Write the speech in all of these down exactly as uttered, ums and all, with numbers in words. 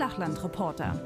Flachlandreporter.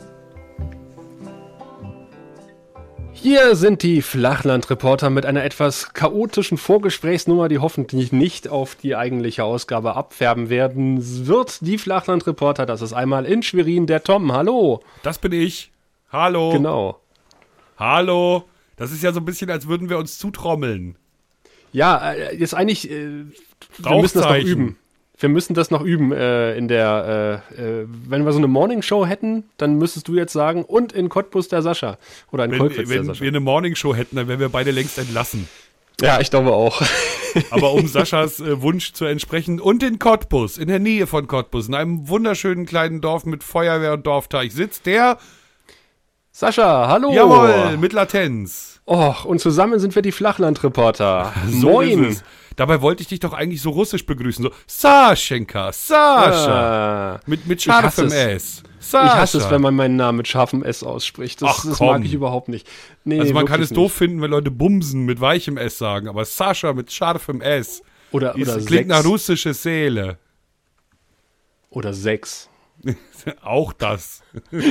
Hier sind die Flachlandreporter mit einer etwas chaotischen Vorgesprächsnummer, die hoffentlich nicht auf die eigentliche Ausgabe abfärben werden wird. Die Flachlandreporter, das ist einmal in Schwerin der Tom. Hallo. Das bin ich. Hallo. Genau. Hallo. Das ist ja so ein bisschen, als würden wir uns zutrommeln. Ja, jetzt eigentlich, äh, wir müssen das noch üben. Wir müssen das noch üben äh, in der, äh, äh, wenn wir so eine Morningshow hätten, dann müsstest du jetzt sagen, und in Cottbus der Sascha. Oder in wenn, Kolkwitz wenn der Sascha. Wenn wir eine Morningshow hätten, dann wären wir beide längst entlassen. Ja, ich glaube auch. Aber um Saschas äh, Wunsch zu entsprechen, und in Cottbus, in der Nähe von Cottbus, in einem wunderschönen kleinen Dorf mit Feuerwehr und Dorfteich sitzt der Sascha, hallo. Jawohl, mit Latenz. Och, und zusammen sind wir die Flachlandreporter. So Moin. ist es. Dabei wollte ich dich doch eigentlich so russisch begrüßen. So, Saschenka, Sascha. Ah, mit mit ich hasse scharfem es. S. Sascha. Ich hasse es, wenn man meinen Namen mit scharfem S ausspricht. Das, Ach, das komm. mag ich überhaupt nicht. Nee, Also man kann wirklich es doof nicht. finden, wenn Leute Bumsen mit weichem S sagen, aber Sascha mit scharfem S. Oder, Ist, oder klingt sechs. nach russische Seele. Oder sechs. Auch das.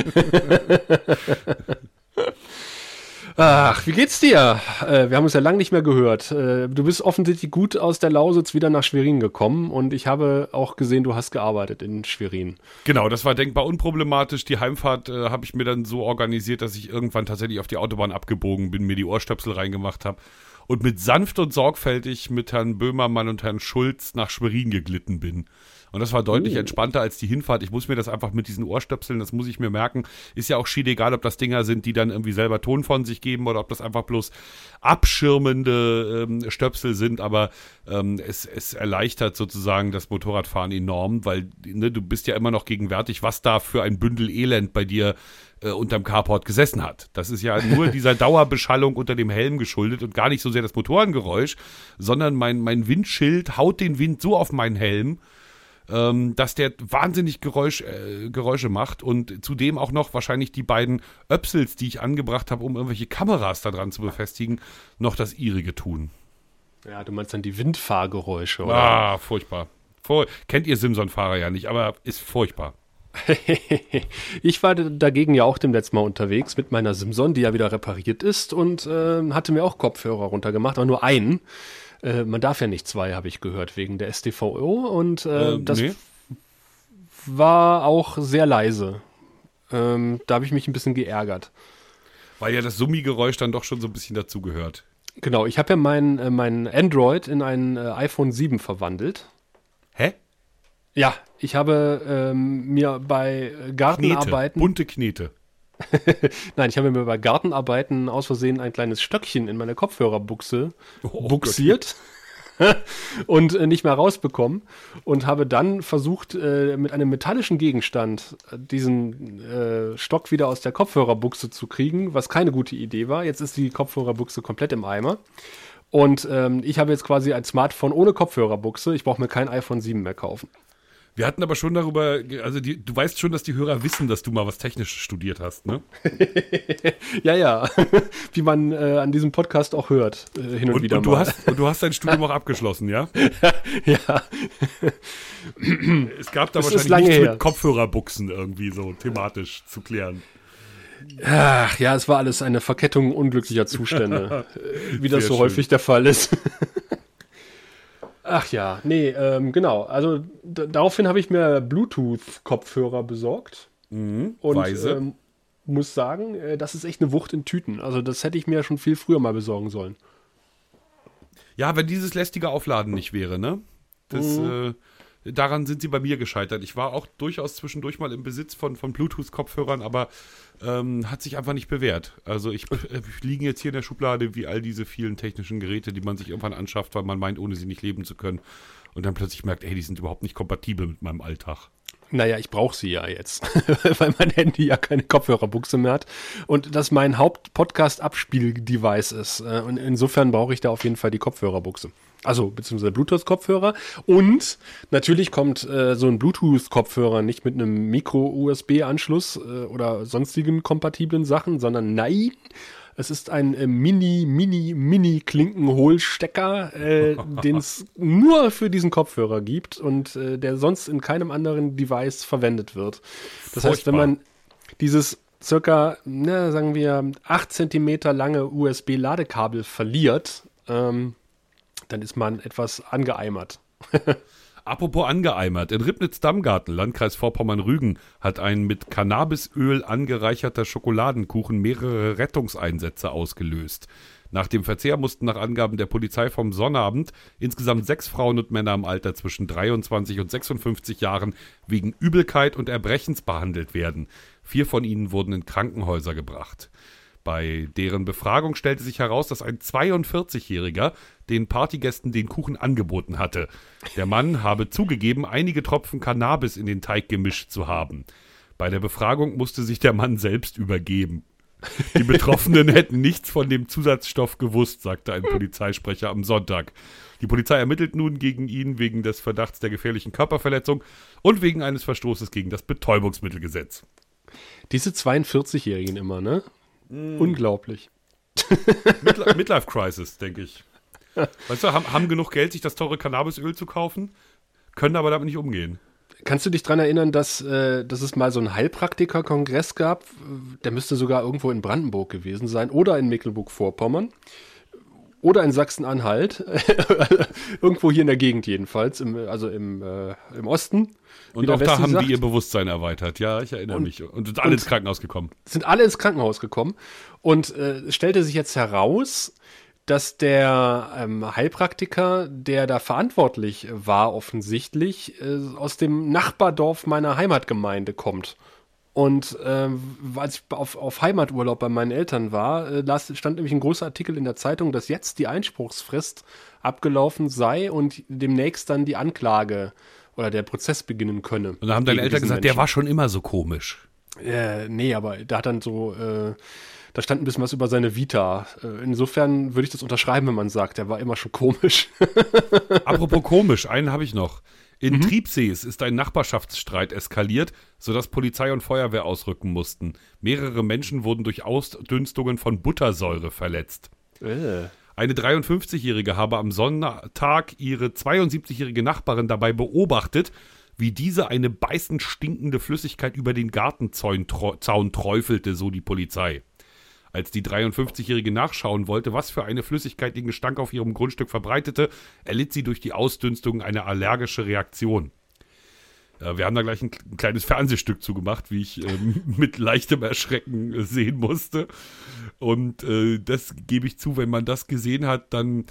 Ach, wie geht's dir? Äh, wir haben uns ja lange nicht mehr gehört. Äh, du bist offensichtlich gut aus der Lausitz wieder nach Schwerin gekommen und ich habe auch gesehen, du hast gearbeitet in Schwerin. Genau, das war denkbar unproblematisch. Die Heimfahrt äh, habe ich mir dann so organisiert, dass ich irgendwann tatsächlich auf die Autobahn abgebogen bin, mir die Ohrstöpsel reingemacht habe und mit sanft und sorgfältig mit Herrn Böhmermann und Herrn Schulz nach Schwerin geglitten bin. Und das war deutlich Oh. entspannter als die Hinfahrt. Ich muss mir das einfach mit diesen Ohrstöpseln, das muss ich mir merken, ist ja auch schied egal, ob das Dinger sind, die dann irgendwie selber Ton von sich geben oder ob das einfach bloß abschirmende ähm, Stöpsel sind, aber ähm, es, es erleichtert sozusagen das Motorradfahren enorm, weil ne, du bist ja immer noch gegenwärtig, was da für ein Bündel Elend bei dir äh, unterm Carport gesessen hat. Das ist ja nur dieser Dauerbeschallung unter dem Helm geschuldet und gar nicht so sehr das Motorengeräusch, sondern mein, mein Windschild haut den Wind so auf meinen Helm, Ähm, dass der wahnsinnig Geräusch, äh, Geräusche macht und zudem auch noch wahrscheinlich die beiden Öpsels, die ich angebracht habe, um irgendwelche Kameras da dran zu befestigen, noch das ihrige tun. Ja, du meinst dann die Windfahrgeräusche, oder? Ah, furchtbar. Fur- Kennt ihr Simson-Fahrer ja nicht, aber ist furchtbar. Ich war dagegen ja auch dem letzten Mal unterwegs mit meiner Simson, die ja wieder repariert ist und äh, hatte mir auch Kopfhörer runtergemacht, aber nur einen. Äh, man darf ja nicht zwei, habe ich gehört, wegen der S D V O und äh, Ähm, das nee. war auch sehr leise. Ähm, da habe ich mich ein bisschen geärgert. Weil ja das Summi-Geräusch dann doch schon so ein bisschen dazugehört. Genau, ich habe ja mein, äh, mein Android in ein äh, iPhone sieben verwandelt. Hä? Ja, ich habe ähm, mir bei Knete, Gartenarbeiten... bunte Knete. Nein, ich habe mir bei Gartenarbeiten aus Versehen ein kleines Stöckchen in meine Kopfhörerbuchse Oh, buxiert und äh, nicht mehr rausbekommen und habe dann versucht, äh, mit einem metallischen Gegenstand äh, diesen äh, Stock wieder aus der Kopfhörerbuchse zu kriegen, was keine gute Idee war. Jetzt ist die Kopfhörerbuchse komplett im Eimer. Und ähm, ich habe jetzt quasi ein Smartphone ohne Kopfhörerbuchse. Ich brauche mir kein iPhone sieben mehr kaufen. Wir hatten aber schon darüber, also die, du weißt schon, dass die Hörer wissen, dass du mal was Technisches studiert hast, ne? Ja, ja, wie man äh, an diesem Podcast auch hört, äh, hin und, Und, wieder und, du mal. hast, und du hast dein Studium auch abgeschlossen, ja? Ja, Es gab da Das ist wahrscheinlich lange nichts her. mit Kopfhörerbuchsen irgendwie so thematisch zu klären. ach ja, es war alles eine Verkettung unglücklicher Zustände, äh, wie das Sehr so schön. häufig der Fall ist. Ach ja, nee, ähm, genau. Also d- daraufhin habe ich mir Bluetooth-Kopfhörer besorgt Mhm, und weise. ähm, muss sagen, äh, das ist echt eine Wucht in Tüten. Also das hätte ich mir schon viel früher mal besorgen sollen. Ja, wenn dieses lästige Aufladen nicht wäre, ne? Das, Mhm. äh, daran sind sie bei mir gescheitert. Ich war auch durchaus zwischendurch mal im Besitz von, von Bluetooth-Kopfhörern, aber ähm, hat sich einfach nicht bewährt. Also ich äh, liegen jetzt hier in der Schublade wie all diese vielen technischen Geräte, die man sich irgendwann anschafft, weil man meint, ohne sie nicht leben zu können. Und dann plötzlich merkt, ey, die sind überhaupt nicht kompatibel mit meinem Alltag. Naja, ich brauche sie ja jetzt, weil mein Handy ja keine Kopfhörerbuchse mehr hat und das mein Haupt-Podcast-Abspiel-Device ist. Äh, Und insofern brauche ich da auf jeden Fall die Kopfhörerbuchse. Also, beziehungsweise Bluetooth-Kopfhörer. Und natürlich kommt äh, so ein Bluetooth-Kopfhörer nicht mit einem Micro-U S B-Anschluss äh, oder sonstigen kompatiblen Sachen, sondern nein, Es ist ein äh, Mini, Mini, Mini-Klinkenhohlstecker, äh, den es nur für diesen Kopfhörer gibt und äh, der sonst in keinem anderen Device verwendet wird. Das Furchtbar. heißt, wenn man dieses circa, na, sagen wir, acht Zentimeter lange U S B-Ladekabel verliert, ähm, dann ist man etwas angeeimert. Apropos angeeimert, in Ribnitz-Dammgarten, Landkreis Vorpommern-Rügen, hat ein mit Cannabisöl angereicherter Schokoladenkuchen mehrere Rettungseinsätze ausgelöst. Nach dem Verzehr mussten nach Angaben der Polizei vom Sonnabend insgesamt sechs Frauen und Männer im Alter zwischen dreiundzwanzig und sechsundfünfzig Jahren wegen Übelkeit und Erbrechens behandelt werden. Vier von ihnen wurden in Krankenhäuser gebracht. Bei deren Befragung stellte sich heraus, dass ein zweiundvierzigjähriger den Partygästen den Kuchen angeboten hatte. Der Mann habe zugegeben, einige Tropfen Cannabis in den Teig gemischt zu haben. Bei der Befragung musste sich der Mann selbst übergeben. Die Betroffenen hätten nichts von dem Zusatzstoff gewusst, sagte ein Polizeisprecher am Sonntag. Die Polizei ermittelt nun gegen ihn wegen des Verdachts der gefährlichen Körperverletzung und wegen eines Verstoßes gegen das Betäubungsmittelgesetz. Diese zweiundvierzigjährigen immer, ne? Mm. Unglaublich. Midlife, Midlife Crisis, denke ich. Weißt du, haben, haben genug Geld, sich das teure Cannabisöl zu kaufen, können aber damit nicht umgehen. Kannst du dich daran erinnern, dass, äh, dass es mal so einen Heilpraktiker-Kongress gab? Der müsste sogar irgendwo in Brandenburg gewesen sein oder in Mecklenburg-Vorpommern oder in Sachsen-Anhalt. Irgendwo hier in der Gegend jedenfalls, im, also im, äh, im Osten. Und auch da haben sagt. die ihr Bewusstsein erweitert. Ja, ich erinnere und, mich. Und sind alle und ins Krankenhaus gekommen. Sind alle ins Krankenhaus gekommen. Und äh, es stellte sich jetzt heraus, dass der ähm, Heilpraktiker, der da verantwortlich war offensichtlich, äh, aus dem Nachbardorf meiner Heimatgemeinde kommt. Und äh, als ich auf, auf Heimaturlaub bei meinen Eltern war, äh, las, stand nämlich ein großer Artikel in der Zeitung, dass jetzt die Einspruchsfrist abgelaufen sei und demnächst dann die Anklage oder der Prozess beginnen könne. Und da haben deine Eltern gesagt, Menschen. Der war schon immer so komisch. Äh, nee, aber da hat dann so... Äh, Da stand ein bisschen was über seine Vita. Insofern würde ich das unterschreiben, wenn man sagt, der war immer schon komisch. Apropos komisch, einen habe ich noch. In mhm. Triebsees ist ein Nachbarschaftsstreit eskaliert, sodass Polizei und Feuerwehr ausrücken mussten. Mehrere Menschen wurden durch Ausdünstungen von Buttersäure verletzt. Äh. Eine dreiundfünfzigjährige habe am Sonntag ihre zweiundsiebzigjährige Nachbarin dabei beobachtet, wie diese eine beißend stinkende Flüssigkeit über den Gartenzaun Zaun träufelte, so die Polizei. Als die dreiundfünfzigjährige nachschauen wollte, was für eine Flüssigkeit den Gestank auf ihrem Grundstück verbreitete, erlitt sie durch die Ausdünstung eine allergische Reaktion. Äh, wir haben da gleich ein, ein kleines Fernsehstück zugemacht, wie ich ähm, mit leichtem Erschrecken äh, sehen musste. Und äh, das gebe ich zu, wenn man das gesehen hat, dann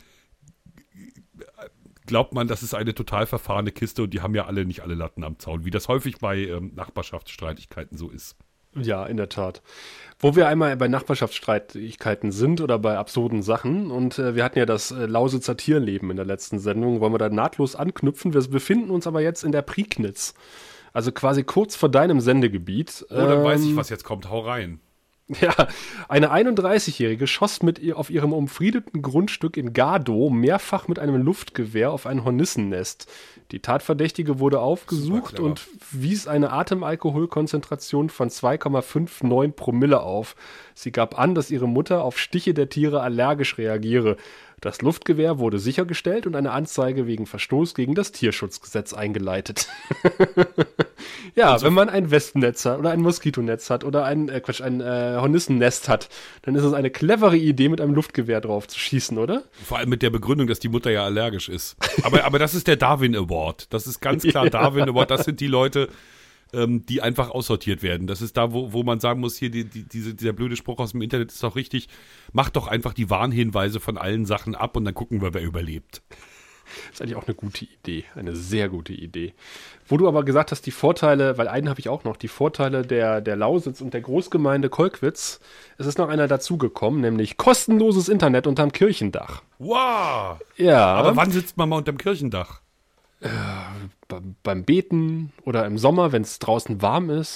glaubt man, das ist eine total verfahrene Kiste und die haben ja alle nicht alle Latten am Zaun, wie das häufig bei ähm, Nachbarschaftsstreitigkeiten so ist. Ja, in der Tat. Wo wir einmal bei Nachbarschaftsstreitigkeiten sind oder bei absurden Sachen und äh, wir hatten ja das äh, Lausitzer Tierleben in der letzten Sendung, wollen wir da nahtlos anknüpfen. Wir befinden uns aber jetzt in der Prignitz, also quasi kurz vor deinem Sendegebiet. Oh, dann ähm, weiß ich, was jetzt kommt. Hau rein. Ja, eine einunddreißigjährige schoss mit ihr auf ihrem umfriedeten Grundstück in Gardow mehrfach mit einem Luftgewehr auf ein Hornissennest. Die Tatverdächtige wurde aufgesucht und wies eine Atemalkoholkonzentration von zwei Komma neunundfünfzig Promille auf. Sie gab an, dass ihre Mutter auf Stiche der Tiere allergisch reagiere. Das Luftgewehr wurde sichergestellt und eine Anzeige wegen Verstoß gegen das Tierschutzgesetz eingeleitet. Ja, also, wenn man ein Wespennetz hat oder ein Moskitonetz hat oder ein, äh, Quatsch, ein äh, Hornissennest hat, dann ist es eine clevere Idee, mit einem Luftgewehr drauf zu schießen, oder? Vor allem mit der Begründung, dass die Mutter ja allergisch ist. Aber, aber das ist der Darwin Award. Das ist ganz klar ja. Darwin Award. Das sind die Leute, ähm, die einfach aussortiert werden. Das ist da, wo, wo man sagen muss, hier die, die, diese, dieser blöde Spruch aus dem Internet ist doch richtig. Macht doch einfach die Warnhinweise von allen Sachen ab und dann gucken wir, wer überlebt. Das ist eigentlich auch eine gute Idee, eine sehr gute Idee. Wo du aber gesagt hast, die Vorteile, weil einen habe ich auch noch, die Vorteile der, der Lausitz und der Großgemeinde Kolkwitz, es ist noch einer dazugekommen, nämlich kostenloses Internet unterm Kirchendach. Wow! Ja. Aber wann sitzt man mal unterm Kirchendach? Äh, beim Beten oder im Sommer, wenn es draußen warm ist.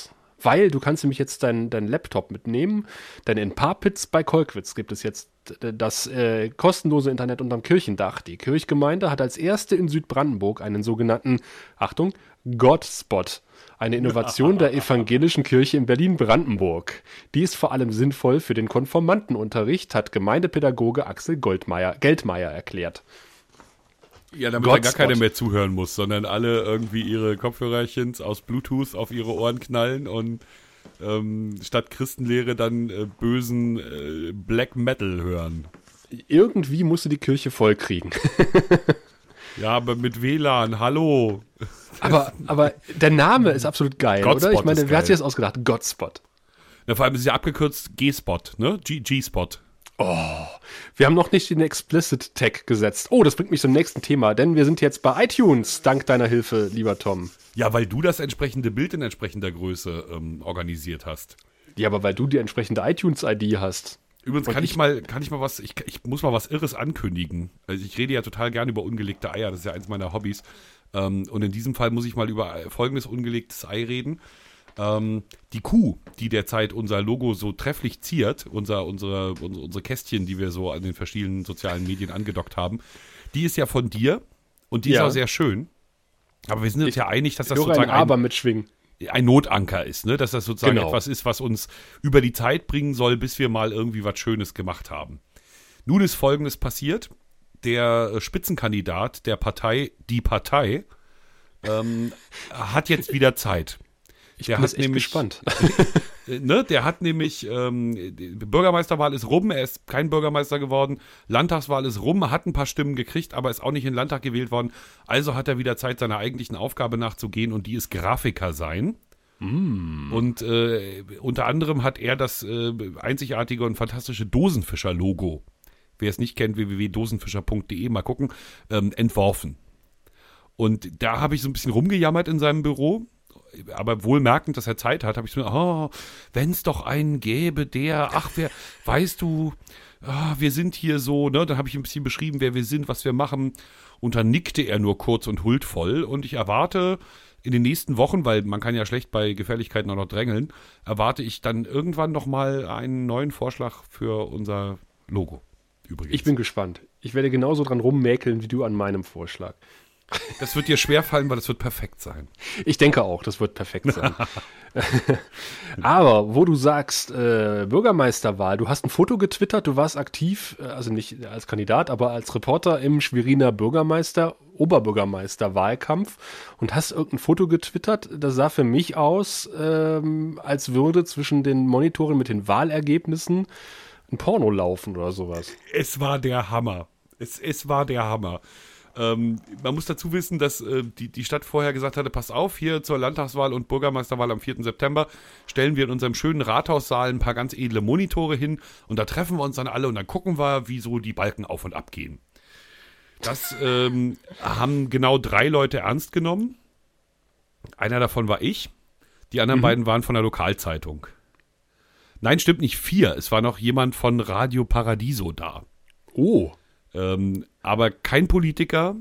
Weil du kannst nämlich jetzt deinen dein Laptop mitnehmen, denn in Parpitz bei Kolkwitz gibt es jetzt das äh, kostenlose Internet unterm Kirchendach. Die Kirchgemeinde hat als erste in Südbrandenburg einen sogenannten, Achtung, Godspot, eine Innovation der evangelischen Kirche in Berlin-Brandenburg. Die ist vor allem sinnvoll für den Konformantenunterricht, hat Gemeindepädagoge Axel Goldmeier, Geldmeier erklärt. Ja, damit ja gar keiner mehr zuhören muss, sondern alle irgendwie ihre Kopfhörerchens aus Bluetooth auf ihre Ohren knallen und ähm, statt Christenlehre dann äh, bösen äh, Black Metal hören. Irgendwie musst du die Kirche voll kriegen. Ja, aber mit W L A N, hallo. Aber, aber der Name ist absolut geil, Godspot oder? Ich meine, ist wer hat sich geil. das ausgedacht? Godspot. Ja, vor allem ist es ja abgekürzt G-Spot, ne? G- G-Spot. Oh, wir haben noch nicht den Explicit Tag gesetzt. Oh, das bringt mich zum nächsten Thema, denn wir sind jetzt bei iTunes, dank deiner Hilfe, lieber Tom. Ja, weil du das entsprechende Bild in entsprechender Größe ähm, organisiert hast. Ja, aber weil du die entsprechende iTunes-I D hast. Übrigens Und kann ich, ich- mal, kann ich mal was, ich, ich muss mal was Irres ankündigen. Also ich rede ja total gerne über ungelegte Eier, das ist ja eins meiner Hobbys. Ähm, und in diesem Fall muss ich mal über folgendes ungelegtes Ei reden. Ähm, die Kuh, die derzeit unser Logo so trefflich ziert, unser, unsere, unsere, unsere Kästchen, die wir so an den verschiedenen sozialen Medien angedockt haben, die ist ja von dir und die Ja. ist auch sehr schön. Aber wir sind uns Ich- ja einig, dass das Nur ein sozusagen Aber ein, mitschwingen. ein Notanker ist, ne? Dass das sozusagen Genau. etwas ist, was uns über die Zeit bringen soll, bis wir mal irgendwie was Schönes gemacht haben. Nun ist Folgendes passiert. Der äh, Spitzenkandidat der Partei, die Partei, ähm, hat jetzt wieder Zeit. Ich Der bin hat jetzt echt nämlich- gespannt. Äh, Ne, der hat nämlich, ähm, die Bürgermeisterwahl ist rum, er ist kein Bürgermeister geworden, Landtagswahl ist rum, hat ein paar Stimmen gekriegt, aber ist auch nicht in den Landtag gewählt worden. Also hat er wieder Zeit, seiner eigentlichen Aufgabe nachzugehen und die ist Grafiker sein. Und äh, unter anderem hat er das äh, einzigartige und fantastische Dosenfischer-Logo, wer es nicht kennt, w w w punkt dosenfischer punkt de, mal gucken, ähm, entworfen. Und da habe ich so ein bisschen rumgejammert in seinem Büro, aber wohl merkend, dass er Zeit hat, habe ich so, oh, wenn es doch einen gäbe, der, ach, wer, weißt du, ah, wir sind hier so, ne, dann habe ich ein bisschen beschrieben, wer wir sind, was wir machen, und dann nickte er nur kurz und huldvoll und ich erwarte in den nächsten Wochen, weil man kann ja schlecht bei Gefälligkeiten auch noch drängeln, erwarte ich dann irgendwann nochmal einen neuen Vorschlag für unser Logo, übrigens. Ich bin gespannt. Ich werde genauso dran rummäkeln wie du an meinem Vorschlag. Das wird dir schwerfallen, weil das wird perfekt sein. Ich denke auch, das wird perfekt sein. Aber wo du sagst, äh, Bürgermeisterwahl, du hast ein Foto getwittert, du warst aktiv, äh, also nicht als Kandidat, aber als Reporter im Schweriner Bürgermeister, Oberbürgermeister-Wahlkampf und hast irgendein Foto getwittert, das sah für mich aus, ähm, als würde zwischen den Monitoren mit den Wahlergebnissen ein Porno laufen oder sowas. Es war der Hammer. Es, es war der Hammer. Ähm, man muss dazu wissen, dass äh, die, die Stadt vorher gesagt hatte, pass auf, hier zur Landtagswahl und Bürgermeisterwahl am vierten September stellen wir in unserem schönen Rathaussaal ein paar ganz edle Monitore hin und da treffen wir uns dann alle und dann gucken wir, wie so die Balken auf und ab gehen. Das ähm, haben genau drei Leute ernst genommen. Einer davon war ich. Die anderen Mhm. beiden waren von der Lokalzeitung. Nein, stimmt nicht, vier. Es war noch jemand von Radio Paradiso da. Oh. Ähm, aber kein Politiker,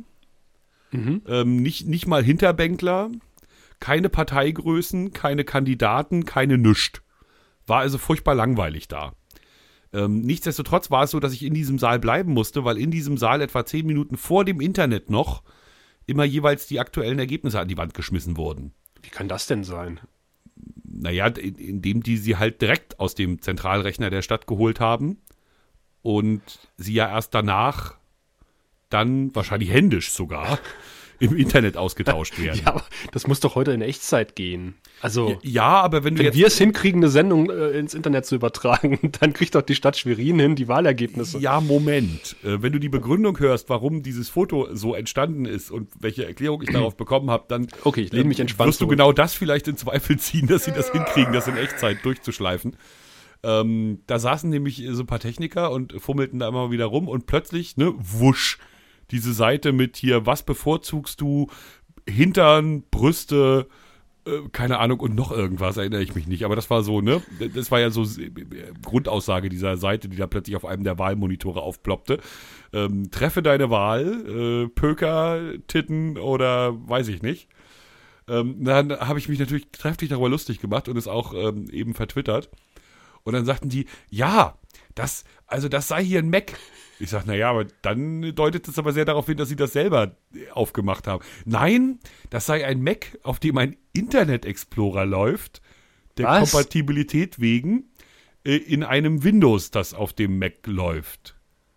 ähm, nicht, nicht mal Hinterbänkler, keine Parteigrößen, keine Kandidaten, keine Nüscht. War also furchtbar langweilig da. Ähm, nichtsdestotrotz war es so, dass ich in diesem Saal bleiben musste, weil in diesem Saal etwa zehn Minuten vor dem Internet noch immer jeweils die aktuellen Ergebnisse an die Wand geschmissen wurden. Wie kann das denn sein? Naja, in- indem die sie halt direkt aus dem Zentralrechner der Stadt geholt haben und sie ja erst danach dann, wahrscheinlich händisch sogar, im Internet ausgetauscht werden. Ja, aber das muss doch heute in Echtzeit gehen. Also, Ja, aber wenn du wenn jetzt... wir es hinkriegen, eine Sendung äh, ins Internet zu übertragen, dann kriegt doch die Stadt Schwerin hin die Wahlergebnisse. Ja, Moment. Äh, wenn du die Begründung hörst, warum dieses Foto so entstanden ist und welche Erklärung ich darauf bekommen habe, dann Okay, ich lehne mich ähm, entspannt wirst du zurück. genau das vielleicht in Zweifel ziehen, dass sie das hinkriegen, das in Echtzeit durchzuschleifen. Ähm, da saßen nämlich so ein paar Techniker und fummelten da immer wieder rum und plötzlich, ne, wusch, diese Seite mit hier, was bevorzugst du, Hintern, Brüste, äh, keine Ahnung und noch irgendwas, erinnere ich mich nicht, aber das war so, ne, das war ja so äh, Grundaussage dieser Seite, die da plötzlich auf einem der Wahlmonitore aufploppte. Ähm, treffe deine Wahl, äh, Pöker, Titten oder weiß ich nicht. Ähm, dann habe ich mich natürlich trefflich darüber lustig gemacht und es auch ähm, eben vertwittert. Und dann sagten die, ja, das, also das sei hier ein Mac. Ich sage, naja, aber dann deutet es aber sehr darauf hin, dass sie das selber aufgemacht haben. Nein, das sei ein Mac, auf dem ein Internet Explorer läuft, der Was? Kompatibilität wegen äh, in einem Windows, das auf dem Mac läuft.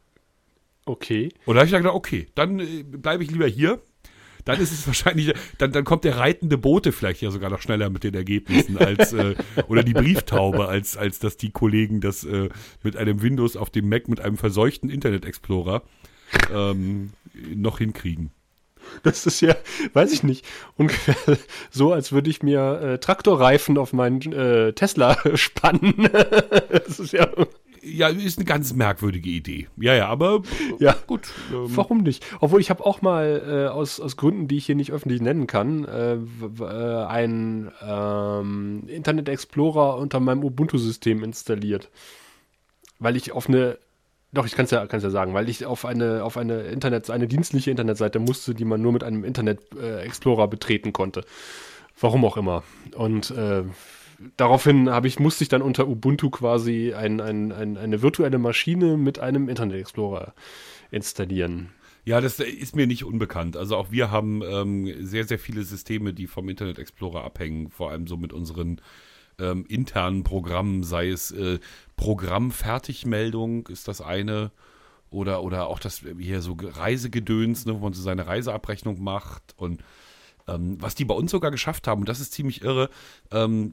Okay. Und da habe ich gedacht, okay, dann äh, bleibe ich lieber hier. Dann ist es wahrscheinlich, dann, dann kommt der reitende Bote vielleicht ja sogar noch schneller mit den Ergebnissen als äh, oder die Brieftaube, als, als dass die Kollegen das äh, mit einem Windows auf dem Mac mit einem verseuchten Internet Explorer ähm, noch hinkriegen. Das ist ja, weiß ich nicht, ungefähr so, als würde ich mir äh, Traktorreifen auf meinen äh, Tesla spannen. Das ist ja... Ja, ist eine ganz merkwürdige Idee. Ja, ja, aber Ja, gut. Ähm, warum nicht? Obwohl ich habe auch mal äh, aus, aus Gründen, die ich hier nicht öffentlich nennen kann, äh, w- w- äh, einen ähm, Internet Explorer unter meinem Ubuntu-System installiert. Weil ich auf eine, doch, ich kann es ja, kann's ja sagen, weil ich auf eine, auf eine Internet, eine dienstliche Internetseite musste, die man nur mit einem Internet äh, Explorer betreten konnte. Warum auch immer. Und äh, daraufhin habe ich, musste ich dann unter Ubuntu quasi ein, ein, ein, eine virtuelle Maschine mit einem Internet Explorer installieren. Ja, das ist mir nicht unbekannt. Also auch wir haben ähm, sehr, sehr viele Systeme, die vom Internet Explorer abhängen, vor allem so mit unseren ähm, internen Programmen, sei es äh, Programmfertigmeldung ist das eine oder, oder auch das hier so Reisegedöns, ne, wo man so seine Reiseabrechnung macht und ähm, was die bei uns sogar geschafft haben, und das ist ziemlich irre, ähm,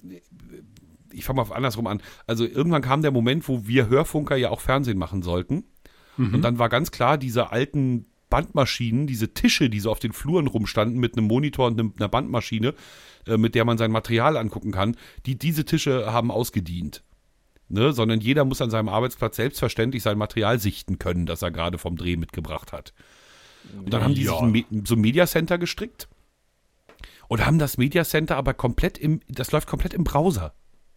ich fange mal andersrum an, also irgendwann kam der Moment, wo wir Hörfunker ja auch Fernsehen machen sollten. Mhm. Und dann war ganz klar, diese alten Bandmaschinen, diese Tische, die so auf den Fluren rumstanden mit einem Monitor und einer Bandmaschine, äh, mit der man sein Material angucken kann, die, diese Tische haben ausgedient. Ne? Sondern jeder muss an seinem Arbeitsplatz selbstverständlich sein Material sichten können, das er gerade vom Dreh mitgebracht hat. Und dann haben die Ja. sich ein Me- so ein Media Center gestrickt und haben das Media Center aber komplett im, das läuft komplett im Browser.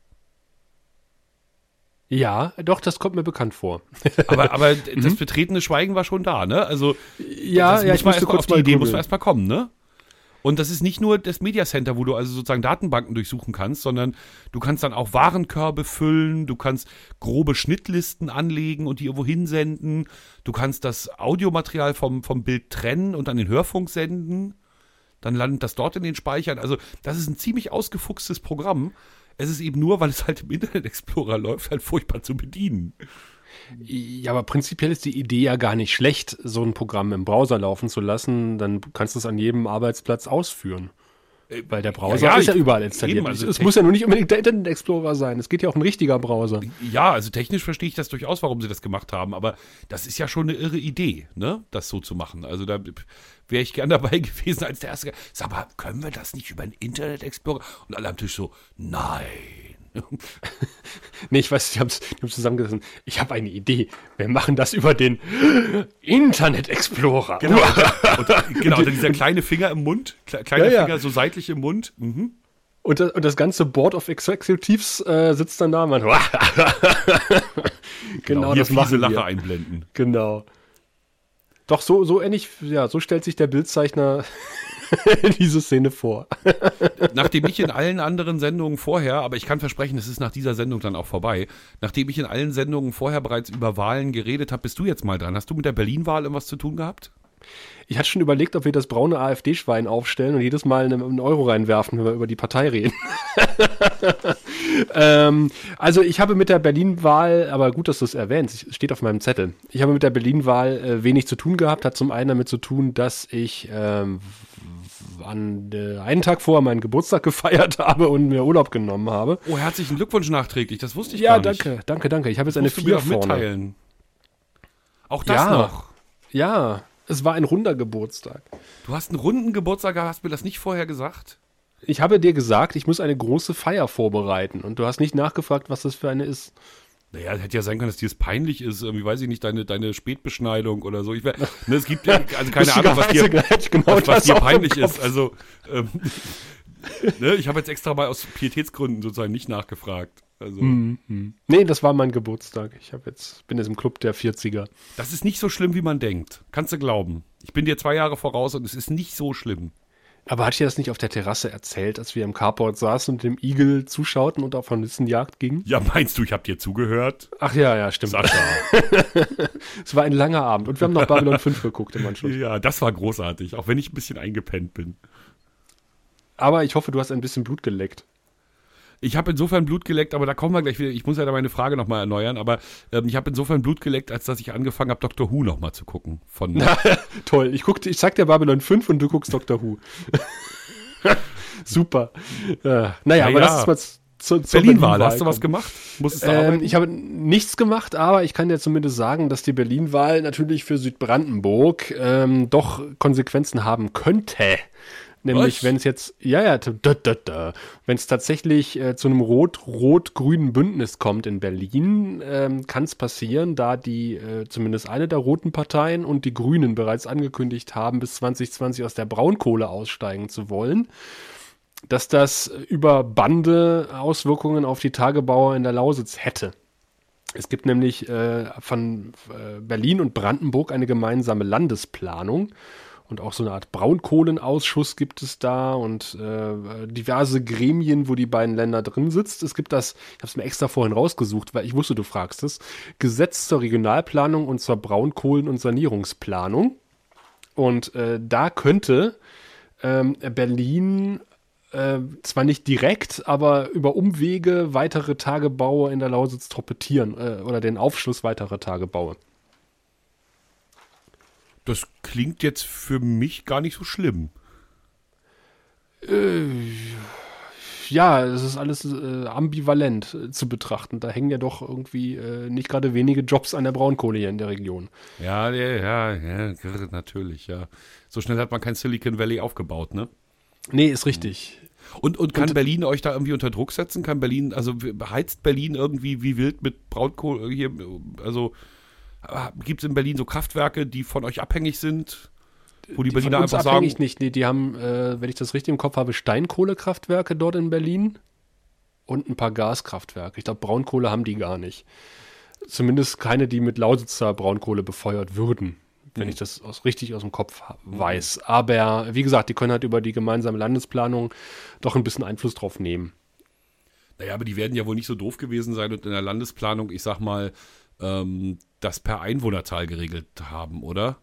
Ja, doch, das kommt mir bekannt vor. Aber, aber das betretene Schweigen war schon da, ne? Also Ja, das ja, muss ich man musste erst mal kurz auf die mal Idee muss googeln. man erstmal kommen, ne? Und das ist nicht nur das Media Center, wo du also sozusagen Datenbanken durchsuchen kannst, sondern du kannst dann auch Warenkörbe füllen, du kannst grobe Schnittlisten anlegen und die irgendwo hinsenden, du kannst das Audiomaterial vom, vom Bild trennen und an den Hörfunk senden, dann landet das dort in den Speichern. Also das ist ein ziemlich ausgefuchstes Programm. Es ist eben nur, weil es halt im Internet Explorer läuft, halt furchtbar zu bedienen. Ja, aber prinzipiell ist die Idee ja gar nicht schlecht, so ein Programm im Browser laufen zu lassen. Dann kannst du es an jedem Arbeitsplatz ausführen. Weil der Browser ja, ja, ist ja ich- überall installiert. eben, also es tech- muss ja nur nicht unbedingt der Internet Explorer sein. Es geht ja auch ein richtiger Browser. Ja, also technisch verstehe ich das durchaus, warum sie das gemacht haben, aber das ist ja schon eine irre Idee, ne, das so zu machen. Also da wäre ich gern dabei gewesen als der Erste. Sag mal, können wir das nicht über einen Internet Explorer? Und alle am Tisch so, nein. Nee, ich weiß, die haben es zusammengesessen. Ich habe eine Idee. Wir machen das über den Internet Explorer. Genau, und, und, genau, und dann dieser kleine Finger im Mund, kle kleiner Ja, ja. Finger so seitlich im Mund. Mhm. Und das, und das ganze Board of Executives äh, sitzt dann da und man, genau, hier das machen fiese Lache wir. einblenden. Genau. Doch, so, so ähnlich, ja, so stellt sich der Bildzeichner diese Szene vor. Nachdem ich in allen anderen Sendungen vorher, aber ich kann versprechen, es ist nach dieser Sendung dann auch vorbei, nachdem ich in allen Sendungen vorher bereits über Wahlen geredet habe, bist du jetzt mal dran. Hast du mit der Berlin-Wahl irgendwas zu tun gehabt? Ich hatte schon überlegt, ob wir das braune AfD-Schwein aufstellen und jedes Mal einen, einen Euro reinwerfen, wenn wir über die Partei reden. ähm, also ich habe mit der Berlin-Wahl, aber gut, dass du es erwähnst, es steht auf meinem Zettel. Ich habe mit der Berlin-Wahl äh, wenig zu tun gehabt, hat zum einen damit zu tun, dass ich ähm, an äh, einen Tag vorher meinen Geburtstag gefeiert habe und mir Urlaub genommen habe. Oh, herzlichen Glückwunsch nachträglich, das wusste ich Ja, gar nicht. danke, danke, danke. Ich habe jetzt eine Musst du mir vier auch vorne. mitteilen. Auch das Ja. noch. Ja, es war ein runder Geburtstag. Du hast einen runden Geburtstag, gehabt, hast mir das nicht vorher gesagt? Ich habe dir gesagt, ich muss eine große Feier vorbereiten und du hast nicht nachgefragt, was das für eine ist. Naja, hätte ja sein können, dass dir das peinlich ist. Irgendwie, weiß ich nicht, deine, deine Spätbeschneidung oder so. Ich wär, ne, es gibt, also keine Ahnung, was dir, Lustigerweise hätte ich genau was, was das dir auch im peinlich Kopf. ist. Also, ähm, ne, ich habe jetzt extra mal aus Pietätsgründen sozusagen nicht nachgefragt. Also, Mhm. Nee, das war mein Geburtstag. Ich hab jetzt, bin jetzt im Club der vierziger. das ist nicht so schlimm, wie man denkt. Kannst du glauben. Ich bin dir zwei Jahre voraus und es ist nicht so schlimm. Aber hatte ich das nicht auf der Terrasse erzählt, als wir im Carport saßen und dem Igel zuschauten und auf Hornissenjagd gingen? Ja, meinst du, ich hab dir zugehört? Ach ja, ja, stimmt. Sascha. Es war ein langer Abend und wir haben noch Babylon fünf geguckt im Anschluss. Ja, das war großartig, auch wenn ich ein bisschen eingepennt bin. Aber ich hoffe, du hast ein bisschen Blut geleckt. Ich habe insofern Blut geleckt, aber da kommen wir gleich wieder. Ich muss ja da meine Frage nochmal erneuern, aber ähm, ich habe insofern Blut geleckt, als dass ich angefangen habe, Doctor Who nochmal zu gucken. Von Toll, ich, guck, ich sag dir Babylon fünf und du guckst Doctor Who. Super. Äh, naja, naja, aber lass uns mal zu, zu Berlin-Wahl. Hast du was gemacht? Musstest du ähm, arbeiten? Ich habe nichts gemacht, aber ich kann dir zumindest sagen, dass die Berlin-Wahl natürlich für Südbrandenburg ähm, doch Konsequenzen haben könnte. Nämlich, wenn es jetzt, ja, ja, da, da, da, wenn es tatsächlich äh, zu einem rot-rot-grünen Bündnis kommt in Berlin, ähm, kann es passieren, da die äh, zumindest eine der roten Parteien und die Grünen bereits angekündigt haben, bis zwanzig zwanzig aus der Braunkohle aussteigen zu wollen, dass das über Bande Auswirkungen auf die Tagebauer in der Lausitz hätte. Es gibt nämlich äh, von äh, Berlin und Brandenburg eine gemeinsame Landesplanung. Und auch so eine Art Braunkohlenausschuss gibt es da und äh, diverse Gremien, wo die beiden Länder drin sitzt. Es gibt das, ich habe es mir extra vorhin rausgesucht, weil ich wusste, du fragst es, Gesetz zur Regionalplanung und zur Braunkohlen- und Sanierungsplanung. Und äh, da könnte ähm, Berlin äh, zwar nicht direkt, aber über Umwege weitere Tagebaue in der Lausitz torpedieren äh, oder den Aufschluss weiterer Tagebaue. Das klingt jetzt für mich gar nicht so schlimm. Äh, ja, es ist alles äh, ambivalent äh, zu betrachten. Da hängen ja doch irgendwie äh, nicht gerade wenige Jobs an der Braunkohle hier in der Region. Ja, ja, ja, ja, natürlich, ja. So schnell hat man kein Silicon Valley aufgebaut, ne? Nee, ist richtig. Und, und kann Und- Berlin euch da irgendwie unter Druck setzen? Kann Berlin, also heizt Berlin irgendwie wie wild mit Braunkohle hier, also gibt es in Berlin so Kraftwerke, die von euch abhängig sind? Wo die, Die Berliner von uns einfach abhängig sagen, nicht. Nee, die haben, äh, wenn ich das richtig im Kopf habe, Steinkohlekraftwerke dort in Berlin und ein paar Gaskraftwerke. Ich glaube, Braunkohle haben die gar nicht. Zumindest keine, die mit Lausitzer Braunkohle befeuert würden, wenn Mhm. ich das aus, richtig aus dem Kopf ha- weiß. Aber wie gesagt, die können halt über die gemeinsame Landesplanung doch ein bisschen Einfluss drauf nehmen. naja, aber die werden ja wohl nicht so doof gewesen sein und in der Landesplanung, ich sag mal, ähm, das per Einwohnerzahl geregelt haben, oder?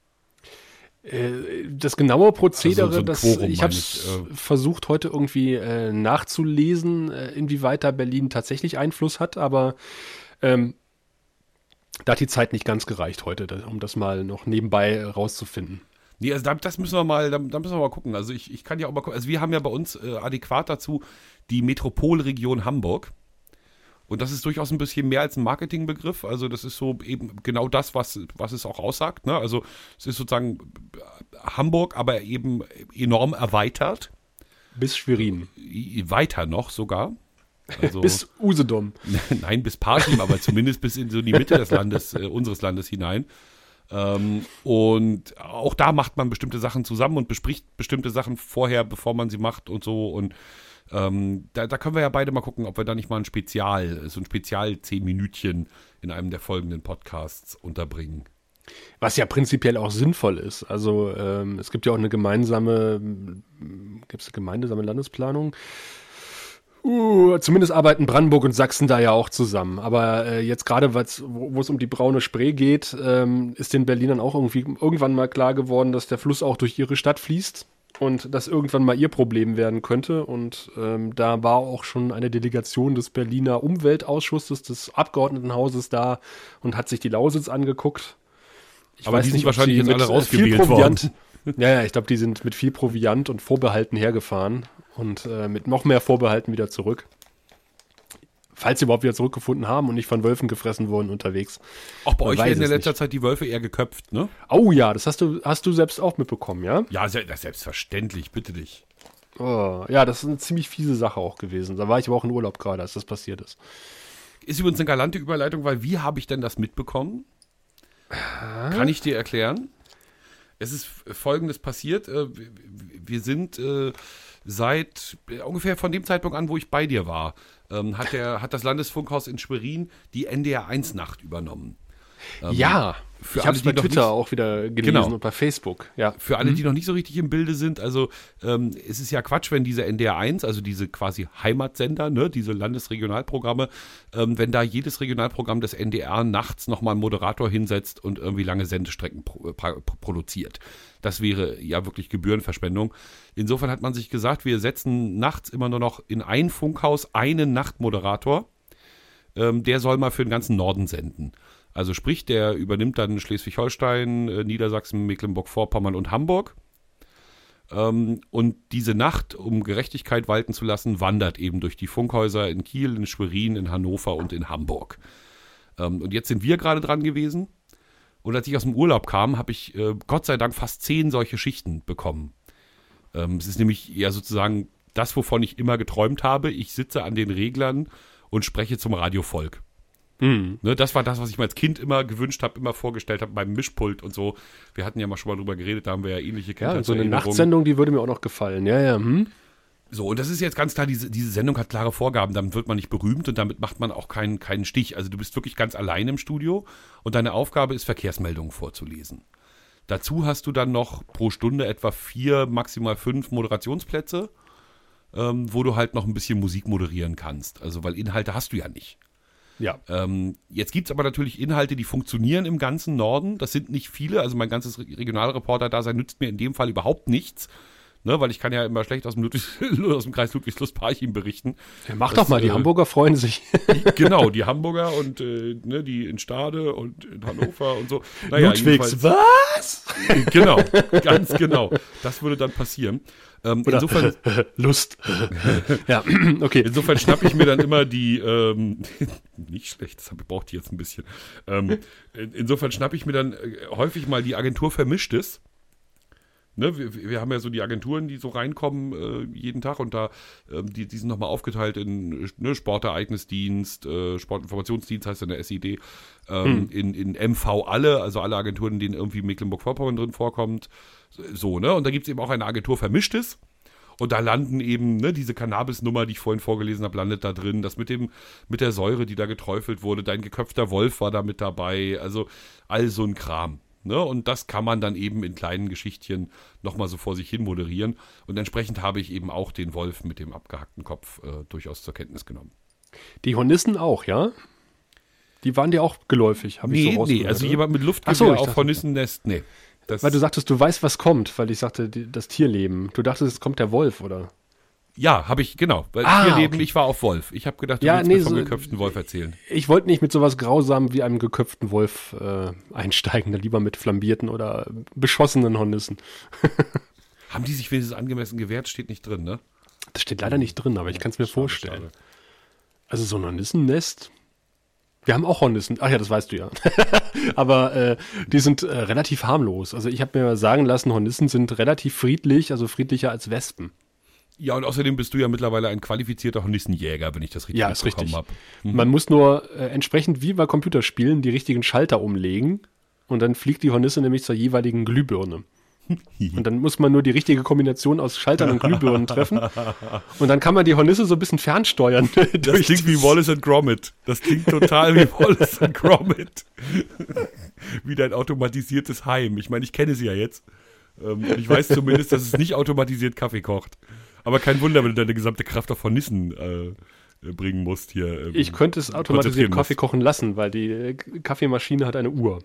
Äh, Das genaue Prozedere, Also so ein das, Quorum, ich meine habe ich, es äh. versucht heute irgendwie äh, nachzulesen, äh, inwieweit da Berlin tatsächlich Einfluss hat, aber ähm, da hat die Zeit nicht ganz gereicht heute, da, um das mal noch nebenbei rauszufinden. Nee, also da, das müssen wir mal, da, da müssen wir mal gucken. Also ich, ich kann ja auch mal gucken. Also wir haben ja bei uns äh, adäquat dazu die Metropolregion Hamburg. Und das ist durchaus ein bisschen mehr als ein Marketingbegriff. Also das ist so eben genau das, was, was es auch aussagt. Ne? Also es ist sozusagen Hamburg, aber eben enorm erweitert. Bis Schwerin. Weiter noch sogar. Also, Bis Usedom. nein, bis Parchim, aber zumindest bis in so die Mitte des Landes, äh, unseres Landes hinein. Ähm, und auch da macht man bestimmte Sachen zusammen und bespricht bestimmte Sachen vorher, bevor man sie macht und so. Und ähm, da, da können wir ja beide mal gucken, ob wir da nicht mal ein Spezial, so ein Spezial zehn Minütchen in einem der folgenden Podcasts unterbringen. Was ja prinzipiell auch sinnvoll ist. Also ähm, es gibt ja auch eine gemeinsame, gibt es eine gemeinsame Landesplanung? Uh, zumindest arbeiten Brandenburg und Sachsen da ja auch zusammen. Aber äh, jetzt gerade, wo, wo es um die Braune Spree geht, ähm, ist den Berlinern auch irgendwie irgendwann mal klar geworden, dass der Fluss auch durch ihre Stadt fließt und das irgendwann mal ihr Problem werden könnte. Und ähm, da war auch schon eine Delegation des Berliner Umweltausschusses, des Abgeordnetenhauses da und hat sich die Lausitz angeguckt. Ich Aber die sind ob wahrscheinlich sie jetzt mit, alle äh, rausgewählt viel Proviant, worden. Ja, ja, ich glaube, die sind mit viel Proviant und Vorbehalten hergefahren und äh, mit noch mehr Vorbehalten wieder zurück. Falls sie überhaupt wieder zurückgefunden haben und nicht von Wölfen gefressen wurden unterwegs. Auch bei Man euch weiß werden in es letzter nicht. Zeit die Wölfe eher geköpft, ne? Oh ja, das hast du, hast du selbst auch mitbekommen, ja? Ja, se- das selbstverständlich, bitte dich. Oh, ja, das ist eine ziemlich fiese Sache auch gewesen. Da war ich aber auch in Urlaub gerade, als das passiert ist. Ist übrigens eine galante Überleitung, weil wie habe ich denn das mitbekommen? Kann ich dir erklären? Es ist Folgendes passiert. äh, wir- Wir sind äh, seit äh, ungefähr von dem Zeitpunkt an, wo ich bei dir war, ähm, hat, der, hat das Landesfunkhaus in Schwerin die N D R eins Nacht übernommen. Ähm, ja, für ich habe alle, es bei die noch Twitter nicht- auch wieder gelesen Genau. und bei Facebook. Ja. Für alle, die noch nicht so richtig im Bilde sind, also ähm, es ist ja Quatsch, wenn diese N D R eins, also diese quasi Heimatsender, ne, diese Landesregionalprogramme, ähm, wenn da jedes Regionalprogramm des N D R nachts nochmal einen Moderator hinsetzt und irgendwie lange Sendestrecken pro, pro, produziert. Das wäre ja wirklich Gebührenverschwendung. Insofern hat man sich gesagt, wir setzen nachts immer nur noch in ein Funkhaus einen Nachtmoderator. Ähm, der soll mal für den ganzen Norden senden. Also sprich, der übernimmt dann Schleswig-Holstein, äh, Niedersachsen, Mecklenburg-Vorpommern und Hamburg. Ähm, und diese Nacht, um Gerechtigkeit walten zu lassen, wandert eben durch die Funkhäuser in Kiel, in Schwerin, in Hannover und in Hamburg. Ähm, und jetzt sind wir gerade dran gewesen. Und als ich aus dem Urlaub kam, habe ich äh, Gott sei Dank fast zehn solche Schichten bekommen. Ähm, es ist nämlich ja sozusagen das, wovon ich immer geträumt habe. Ich sitze an den Reglern und spreche zum Radiovolk. Mhm. Ne, das war das, was ich mir als Kind immer gewünscht habe, immer vorgestellt habe beim Mischpult und so. Wir hatten ja mal schon mal drüber geredet, da haben wir ja ähnliche Ja, so eine Kindheitserinnerungen. Nachtsendung, die würde mir auch noch gefallen. Ja, ja. Hm? So, und das ist jetzt ganz klar, diese, diese Sendung hat klare Vorgaben, damit wird man nicht berühmt und damit macht man auch keinen, keinen Stich. Also du bist wirklich ganz allein im Studio und deine Aufgabe ist, Verkehrsmeldungen vorzulesen. Dazu hast du dann noch pro Stunde etwa vier, maximal fünf Moderationsplätze, ähm, wo du halt noch ein bisschen Musik moderieren kannst. Also, weil Inhalte hast du ja nicht. Ja. Ähm, jetzt gibt es aber natürlich Inhalte, die funktionieren im ganzen Norden. Das sind nicht viele. Also mein ganzes Re- Regionalreporter-Dasein nützt mir in dem Fall überhaupt nichts. Ne, weil ich kann ja immer schlecht aus dem, Ludwig, aus dem Kreis Ludwigslust-Parchim berichten. Ja, mach Das, doch mal, die äh, Hamburger freuen sich. Genau, die Hamburger und äh, ne, die in Stade und in Hannover und so. Naja, Ludwigs, jedenfalls- was? Genau, ganz genau. Das würde dann passieren. Ähm, Oder insofern, Lust. Ja, okay. insofern schnappe ich mir dann immer die, ähm, nicht schlecht, das braucht die jetzt ein bisschen. Ähm, in- insofern schnappe ich mir dann äh, häufig mal die Agentur Vermischtes. Ne, wir, wir haben ja so die Agenturen, die so reinkommen äh, jeden Tag und da, ähm, die, die sind nochmal aufgeteilt in ne, Sportereignisdienst, äh, Sportinformationsdienst heißt in der S I D, ähm, Hm. in, in M V alle, also alle Agenturen, in denen irgendwie Mecklenburg-Vorpommern drin vorkommt. So, ne? Und da gibt es eben auch eine Agentur Vermischtes. Und da landen eben, ne, diese Cannabis-Nummer, die ich vorhin vorgelesen habe, landet da drin. Das mit dem, mit der Säure, die da geträufelt wurde, dein geköpfter Wolf war da mit dabei. Also all so ein Kram. Ne? Und das kann man dann eben in kleinen Geschichtchen nochmal so vor sich hin moderieren. Und entsprechend habe ich eben auch den Wolf mit dem abgehackten Kopf äh, durchaus zur Kenntnis genommen. Die Hornissen auch, ja? Die waren dir auch geläufig, habe ich so Nee, rausgehört. nee, also oder? jemand mit Ach Luftgewehr so, ich auf dachte- Hornissennest, nee. Das, Weil du sagtest, du weißt, was kommt, weil ich sagte, die, das Tierleben. Du dachtest, es kommt der Wolf, oder? ja, habe ich, genau. Weil Ah, Tierleben, okay. ich war auf Wolf. Ich habe gedacht, du Ja, willst nee, mir vom so- geköpften Wolf erzählen. Ich wollte nicht mit sowas Grausamem wie einem geköpften Wolf äh, einsteigen, dann lieber mit flambierten oder beschossenen Hornissen. Haben die sich wenigstens angemessen gewehrt? Steht nicht drin, ne? Das steht leider nicht drin, aber ich kann es mir Schade, vorstellen. schade. Also so ein Hornissennest. Wir haben auch Hornissen. Ach ja, das weißt du ja. Aber äh, die sind äh, relativ harmlos. Also ich habe mir sagen lassen, Hornissen sind relativ friedlich, also friedlicher als Wespen. Ja, und außerdem bist du ja mittlerweile ein qualifizierter Hornissenjäger, wenn ich das richtig Ja, ist mitbekommen richtig. habe. Man muss nur äh, entsprechend wie bei Computerspielen die richtigen Schalter umlegen und dann fliegt die Hornisse nämlich zur jeweiligen Glühbirne. Und dann muss man nur die richtige Kombination aus Schaltern und Glühbirnen treffen. Und dann kann man die Hornisse so ein bisschen fernsteuern. Das klingt wie Wallace and Gromit. Das klingt total wie Wallace and Gromit. Wie dein automatisiertes Heim. Ich meine, ich kenne sie ja jetzt. Ähm, und ich weiß zumindest, dass es nicht automatisiert Kaffee kocht. Aber kein Wunder, wenn du deine gesamte Kraft auf Hornissen äh, bringen musst hier. Ähm, Ich könnte es automatisiert konzentrieren Kaffee musst. kochen lassen, weil die äh, Kaffeemaschine hat eine Uhr.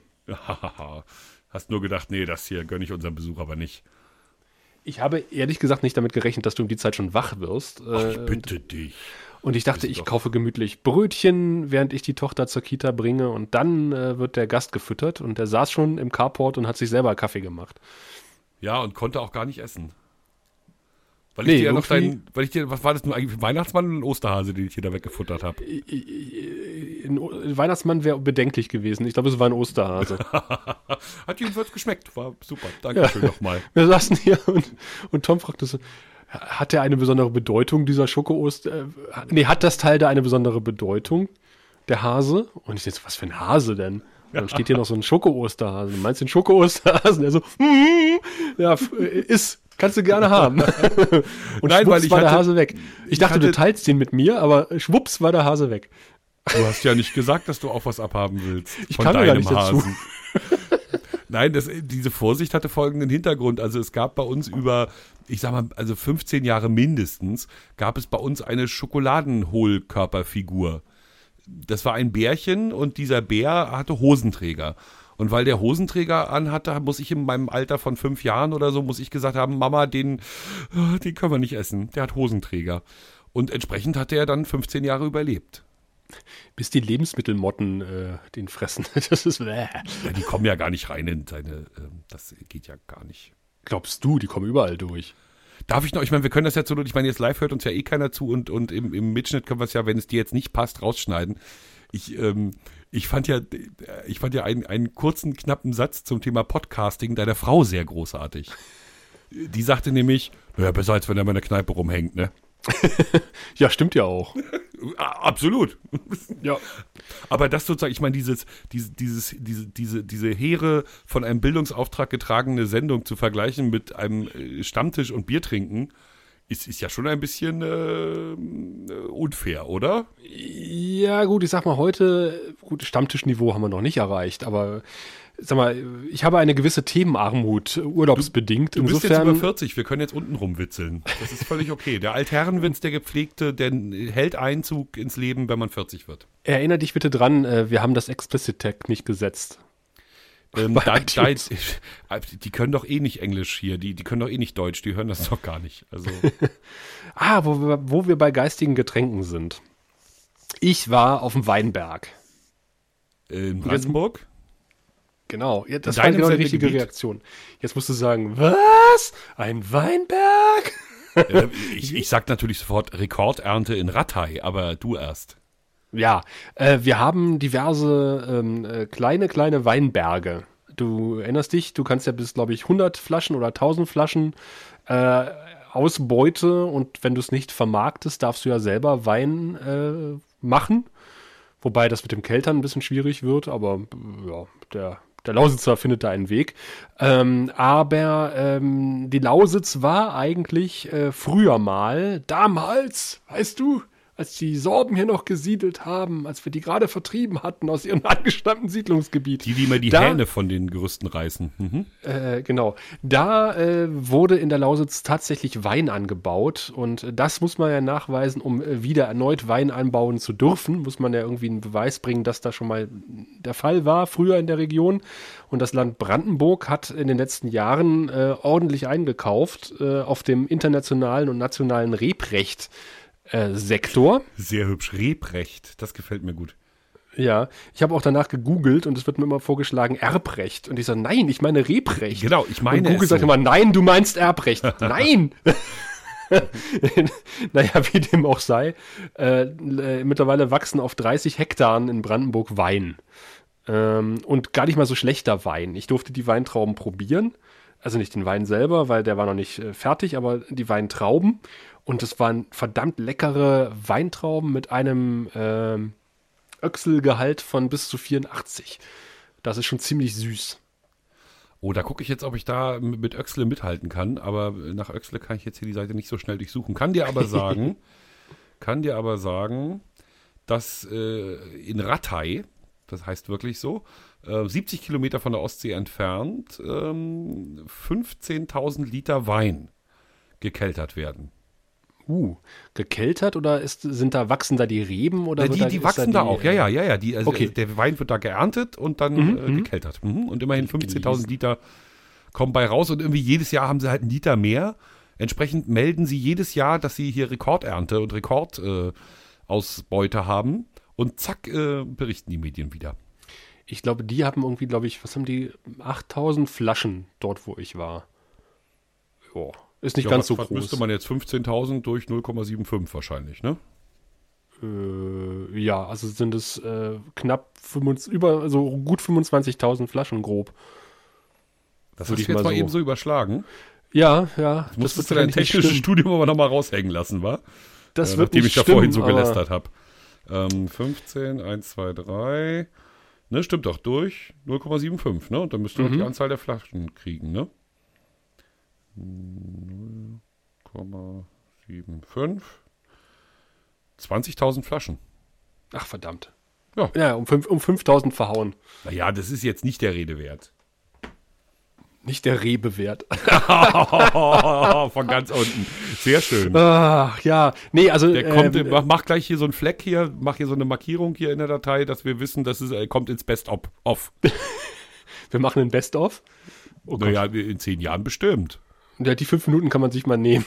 Hast nur gedacht, nee, das hier gönne ich unserem Besuch aber nicht. Ich habe ehrlich gesagt nicht damit gerechnet, dass du um die Zeit schon wach wirst. Ach, ich Äh, bitte dich. Und ich dachte, ist ich doch- kaufe gemütlich Brötchen, während ich die Tochter zur Kita bringe. Und dann äh, wird der Gast gefüttert. Und der saß schon im Carport und hat sich selber Kaffee gemacht. Ja, und konnte auch gar nicht essen. Weil Nee, ich dir ja noch irgendwie- dein, weil ich dir, was war das nur eigentlich für ein Weihnachtsmann und ein Osterhase, den ich dir da weggefuttert habe? Ein O- ein Weihnachtsmann wäre bedenklich gewesen. Ich glaube, es war ein Osterhase. Hat jedenfalls geschmeckt, war super. Dankeschön nochmal. Wir saßen hier und, und Tom fragte so, hat der eine besondere Bedeutung, dieser Schoko-Oster? Äh, nee, hat das Teil da eine besondere Bedeutung, der Hase? Und ich jetzt, was für ein Hase denn? Und dann steht hier noch so ein Schoko-Osterhase. Meinst du den Schoko-Osterhasen? Er so, mm, ja, f- äh, ist, kannst du gerne haben. Und Nein, schwupps weil ich war der hatte- Hase weg. Ich ich dachte, du hatte- teilst den mit mir, aber schwupps war der Hase weg. Du hast ja nicht gesagt, dass du auch was abhaben willst. Ich von kann deinem gar nicht dazu. Hasen. Nein, das, diese Vorsicht hatte folgenden Hintergrund. Also es gab bei uns über, ich sag mal, also fünfzehn Jahre mindestens, gab es bei uns eine Schokoladenhohlkörperfigur. Das war ein Bärchen und dieser Bär hatte Hosenträger. Und weil der Hosenträger anhatte, muss ich in meinem Alter von fünf Jahren oder so, muss ich gesagt haben, Mama, den, den können wir nicht essen. Der hat Hosenträger. Und entsprechend hat er dann fünfzehn Jahre überlebt. Bis die Lebensmittelmotten äh, den fressen. Das ist bäh. Ja, die kommen ja gar nicht rein in seine, äh, das geht ja gar nicht. Glaubst du, die kommen überall durch? Darf ich noch, ich meine, wir können das jetzt so, ich meine, jetzt live hört uns ja eh keiner zu und, und im, im Mitschnitt können wir es ja, wenn es dir jetzt nicht passt, rausschneiden. Ich, ähm, ich fand ja, ich fand ja einen, einen kurzen, knappen Satz zum Thema Podcasting deiner Frau sehr großartig. Die sagte nämlich, naja, besser als wenn er mal in der Kneipe rumhängt, ne? Ja, stimmt ja auch. Absolut. Ja. Aber das sozusagen, ich meine, dieses, diese, dieses, diese, diese, diese hehre, von einem Bildungsauftrag getragene Sendung zu vergleichen mit einem Stammtisch und Bier trinken, ist, ist ja schon ein bisschen äh, unfair, oder? Ja, gut, ich sag mal, heute, gut, Stammtischniveau haben wir noch nicht erreicht, aber sag mal, ich habe eine gewisse Themenarmut, urlaubsbedingt. Du bist Insofern, jetzt über vierzig, wir können jetzt unten rumwitzeln. Das ist völlig okay. Der Altherrenwitz, der gepflegte, der hält Einzug ins Leben, wenn man vierzig wird. erinnere dich bitte dran, äh, wir haben das Explicit Tag nicht gesetzt. Ähm, Bei da, da, iTunes. die können doch eh nicht Englisch hier, die, die können doch eh nicht Deutsch, die hören das doch gar nicht. Also Ah, wo wir, wo wir bei geistigen Getränken sind. Ich war auf dem Weinberg. in Brandenburg? Genau, ja, das In war deinem genau die richtige Sendegebiet? Reaktion. Jetzt musst du sagen, was? Ein Weinberg? äh, ich, ich sag natürlich sofort Rekordernte in Rattay, aber du erst. Ja, äh, wir haben diverse ähm, äh, kleine, kleine Weinberge. Du erinnerst dich, du kannst ja bis, glaube ich, hundert Flaschen oder tausend Flaschen äh, Ausbeute und wenn du es nicht vermarktest, darfst du ja selber Wein äh, machen. Wobei das mit dem Keltern ein bisschen schwierig wird, aber äh, ja, der, der Lausitzer findet da einen Weg. Ähm, aber ähm, die Lausitz war eigentlich äh, früher mal, damals, weißt du, als die Sorben hier noch gesiedelt haben, als wir die gerade vertrieben hatten aus ihrem angestammten Siedlungsgebiet. Die, die immer die Da- Hähne von den Gerüsten reißen. Mhm. Äh, genau. Da äh, wurde in der Lausitz tatsächlich Wein angebaut und äh, das muss man ja nachweisen, um äh, wieder erneut Wein anbauen zu dürfen, muss man ja irgendwie einen Beweis bringen, dass das schon mal der Fall war, früher in der Region. Und das Land Brandenburg hat in den letzten Jahren äh, ordentlich eingekauft äh, auf dem internationalen und nationalen Rebrecht. Äh, Sektor. Sehr hübsch. Rebrecht, das gefällt mir gut. Ja, ich habe auch danach gegoogelt und es wird mir immer vorgeschlagen Erbrecht. Und ich sage, nein, ich meine Rebrecht. Genau, ich meine Und Google es sagt so. immer, nein, du meinst Erbrecht. Nein! Naja, wie dem auch sei. Äh, äh, mittlerweile wachsen auf dreißig Hektaren in Brandenburg Wein. Ähm, und gar nicht mal so schlechter Wein. Ich durfte die Weintrauben probieren. Also nicht den Wein selber, weil der war noch nicht äh, fertig, aber die Weintrauben. Und es waren verdammt leckere Weintrauben mit einem ähm, Öchselgehalt von bis zu vierundachtzig. Das ist schon ziemlich süß. Oh, da gucke ich jetzt, ob ich da m- mit Öxle mithalten kann, aber nach Öxle kann ich jetzt hier die Seite nicht so schnell durchsuchen. Kann dir aber sagen, kann dir aber sagen, dass äh, in Rattay, das heißt wirklich so, äh, siebzig Kilometer von der Ostsee entfernt, ähm, fünfzehntausend Liter Wein gekeltert werden. Uh, gekeltert oder ist, sind da, wachsen da die Reben? Oder Ja, wird die da, die ist wachsen da, die, auch, ja, ja, ja, ja. Die, also Okay. Der Wein wird da geerntet und dann Mhm, äh, mhm. gekeltert. Mhm. Und immerhin fünfzehntausend Liter kommen bei raus und irgendwie jedes Jahr haben sie halt einen Liter mehr. Entsprechend melden sie jedes Jahr, dass sie hier Rekordernte und Rekordausbeute äh, Ausbeute haben und zack, äh, berichten die Medien wieder. Ich glaube, die haben irgendwie, glaube ich, was haben die? achttausend Flaschen dort, wo ich war. Ja, ist nicht Ja, ganz was, so was groß. müsste man jetzt fünfzehntausend durch null Komma fünfundsiebzig wahrscheinlich, ne? Äh, ja, also sind es äh, knapp fünfundzwanzig, über, also gut fünfundzwanzigtausend Flaschen grob. Das Würde hast ich du jetzt mal mal so- eben so überschlagen. Ja, ja. Das musstest du wird dein wahrscheinlich nicht technisches stimmen. Studium aber nochmal raushängen lassen, wa? Das äh, wird nachdem nicht ich da vorhin stimmen, so aber- gelästert habe. Ähm, fünfzehn, eins, zwei, drei. Ne, stimmt doch, durch null Komma fünfundsiebzig, ne? Und dann müsst ihr Mhm. noch die Anzahl der Flaschen kriegen, ne? null Komma fünfundsiebzig. zwanzigtausend Flaschen. Ach, verdammt. Ja. Ja, um, fünf, um fünftausend verhauen. Naja, das ist jetzt nicht der Rede wert. Nicht der Rehbewert. Von ganz unten. Sehr schön. Ach, ja. Nee, also. Der kommt, ähm, mach, mach gleich hier so einen Fleck hier, mach hier so eine Markierung hier in der Datei, dass wir wissen, dass es äh, kommt ins Best-of. Wir machen ein Best-of. Oh naja, in zehn Jahren bestimmt. Ja, die fünf Minuten kann man sich mal nehmen.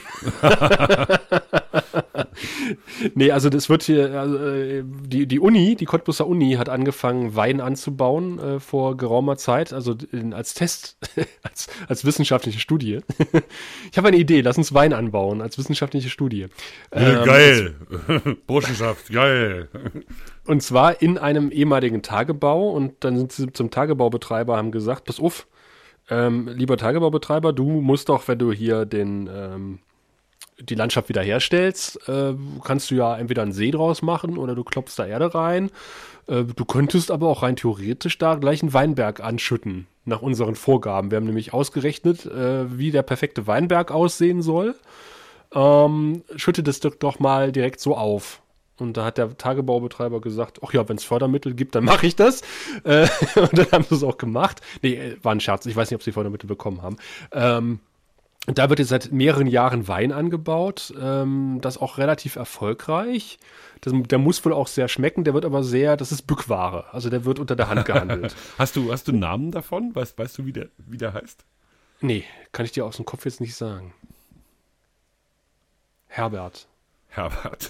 Nee, also das wird hier, also, äh, die, die Uni, die Cottbuser Uni hat angefangen, Wein anzubauen äh, vor geraumer Zeit, also in, als Test, als, als wissenschaftliche Studie. Ich habe eine Idee, lass uns Wein anbauen, als wissenschaftliche Studie. Ähm, geil. Burschenschaft, geil. Und zwar in einem ehemaligen Tagebau und dann sind sie zum Tagebaubetreiber, haben gesagt, pass auf, ähm, lieber Tagebaubetreiber, du musst doch, wenn du hier den, ähm, die Landschaft wiederherstellst, äh, kannst du ja entweder einen See draus machen oder du klopfst da Erde rein. Äh, du könntest aber auch rein theoretisch da gleich einen Weinberg anschütten, nach unseren Vorgaben. Wir haben nämlich ausgerechnet, äh, wie der perfekte Weinberg aussehen soll. Ähm, schütte das doch, doch mal direkt so auf. Und da hat der Tagebaubetreiber gesagt, ach ja, wenn es Fördermittel gibt, dann mache ich das. Äh, und dann haben sie es auch gemacht. Nee, war ein Scherz. Ich weiß nicht, ob sie Fördermittel bekommen haben. Ähm, da wird jetzt seit mehreren Jahren Wein angebaut. Ähm, das auch relativ erfolgreich. Das, der muss wohl auch sehr schmecken. Der wird aber sehr, das ist Bückware. Also der wird unter der Hand gehandelt. Hast du, hast du einen Namen davon? Weißt, weißt du, wie der, wie der heißt? Nee, kann ich dir aus dem Kopf jetzt nicht sagen. Herbert. Herbert.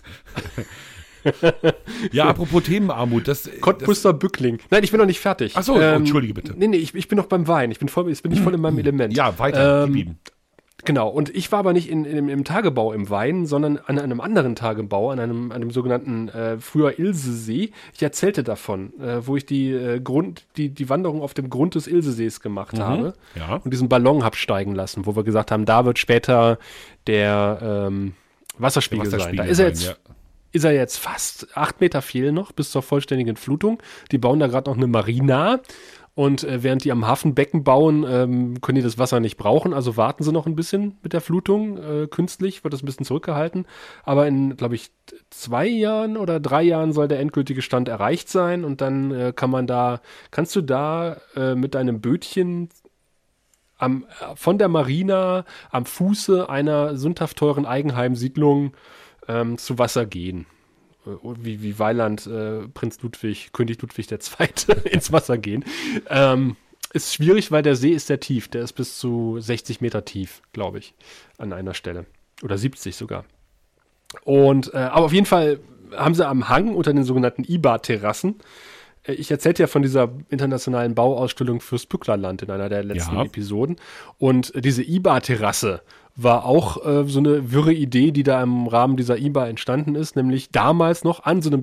Ja, apropos Themenarmut. Das, Cottbuster Bückling. Nein, ich bin noch nicht fertig. Ach so, ähm, entschuldige bitte. Nee, nee, ich, ich bin noch beim Wein. Ich bin, voll, ich bin nicht voll in meinem Element. Ja, weiter. Ähm, genau, und ich war aber nicht in, in, im Tagebau im Wein, sondern an einem anderen Tagebau, an einem, an einem sogenannten äh, früher Ilsesee. Ich erzählte davon, äh, wo ich die, äh, Grund, die, die Wanderung auf dem Grund des Ilsesees gemacht mhm, habe ja. und diesen Ballon habe steigen lassen, wo wir gesagt haben, da wird später der ähm, Wasserspiegel, der Wasserspiegel sein. Da ist er jetzt... Ja. Ist er jetzt fast acht Meter fehlen noch bis zur vollständigen Flutung. Die bauen da gerade noch eine Marina und äh, während die am Hafenbecken bauen, ähm, können die das Wasser nicht brauchen. Also warten sie noch ein bisschen mit der Flutung. Äh, künstlich wird das ein bisschen zurückgehalten. Aber in, glaube ich, zwei Jahren oder drei Jahren soll der endgültige Stand erreicht sein und dann äh, kann man da, kannst du da äh, mit deinem Bötchen am, von der Marina am Fuße einer sündhaft teuren Eigenheimsiedlung Ähm, zu Wasser gehen. Wie, wie Weiland, äh, Prinz Ludwig, König Ludwig der Zweite ins Wasser gehen. Ähm, ist schwierig, weil der See ist sehr tief. Der ist bis zu sechzig Meter tief, glaube ich, an einer Stelle. Oder siebzig sogar. Und, äh, aber auf jeden Fall haben sie am Hang unter den sogenannten I B A-Terrassen, äh, ich erzählte ja von dieser internationalen Bauausstellung fürs Pücklerland in einer der letzten ja. Episoden. Und äh, diese I B A-Terrasse war auch äh, so eine wirre Idee, die da im Rahmen dieser I B A entstanden ist, nämlich damals noch an so einem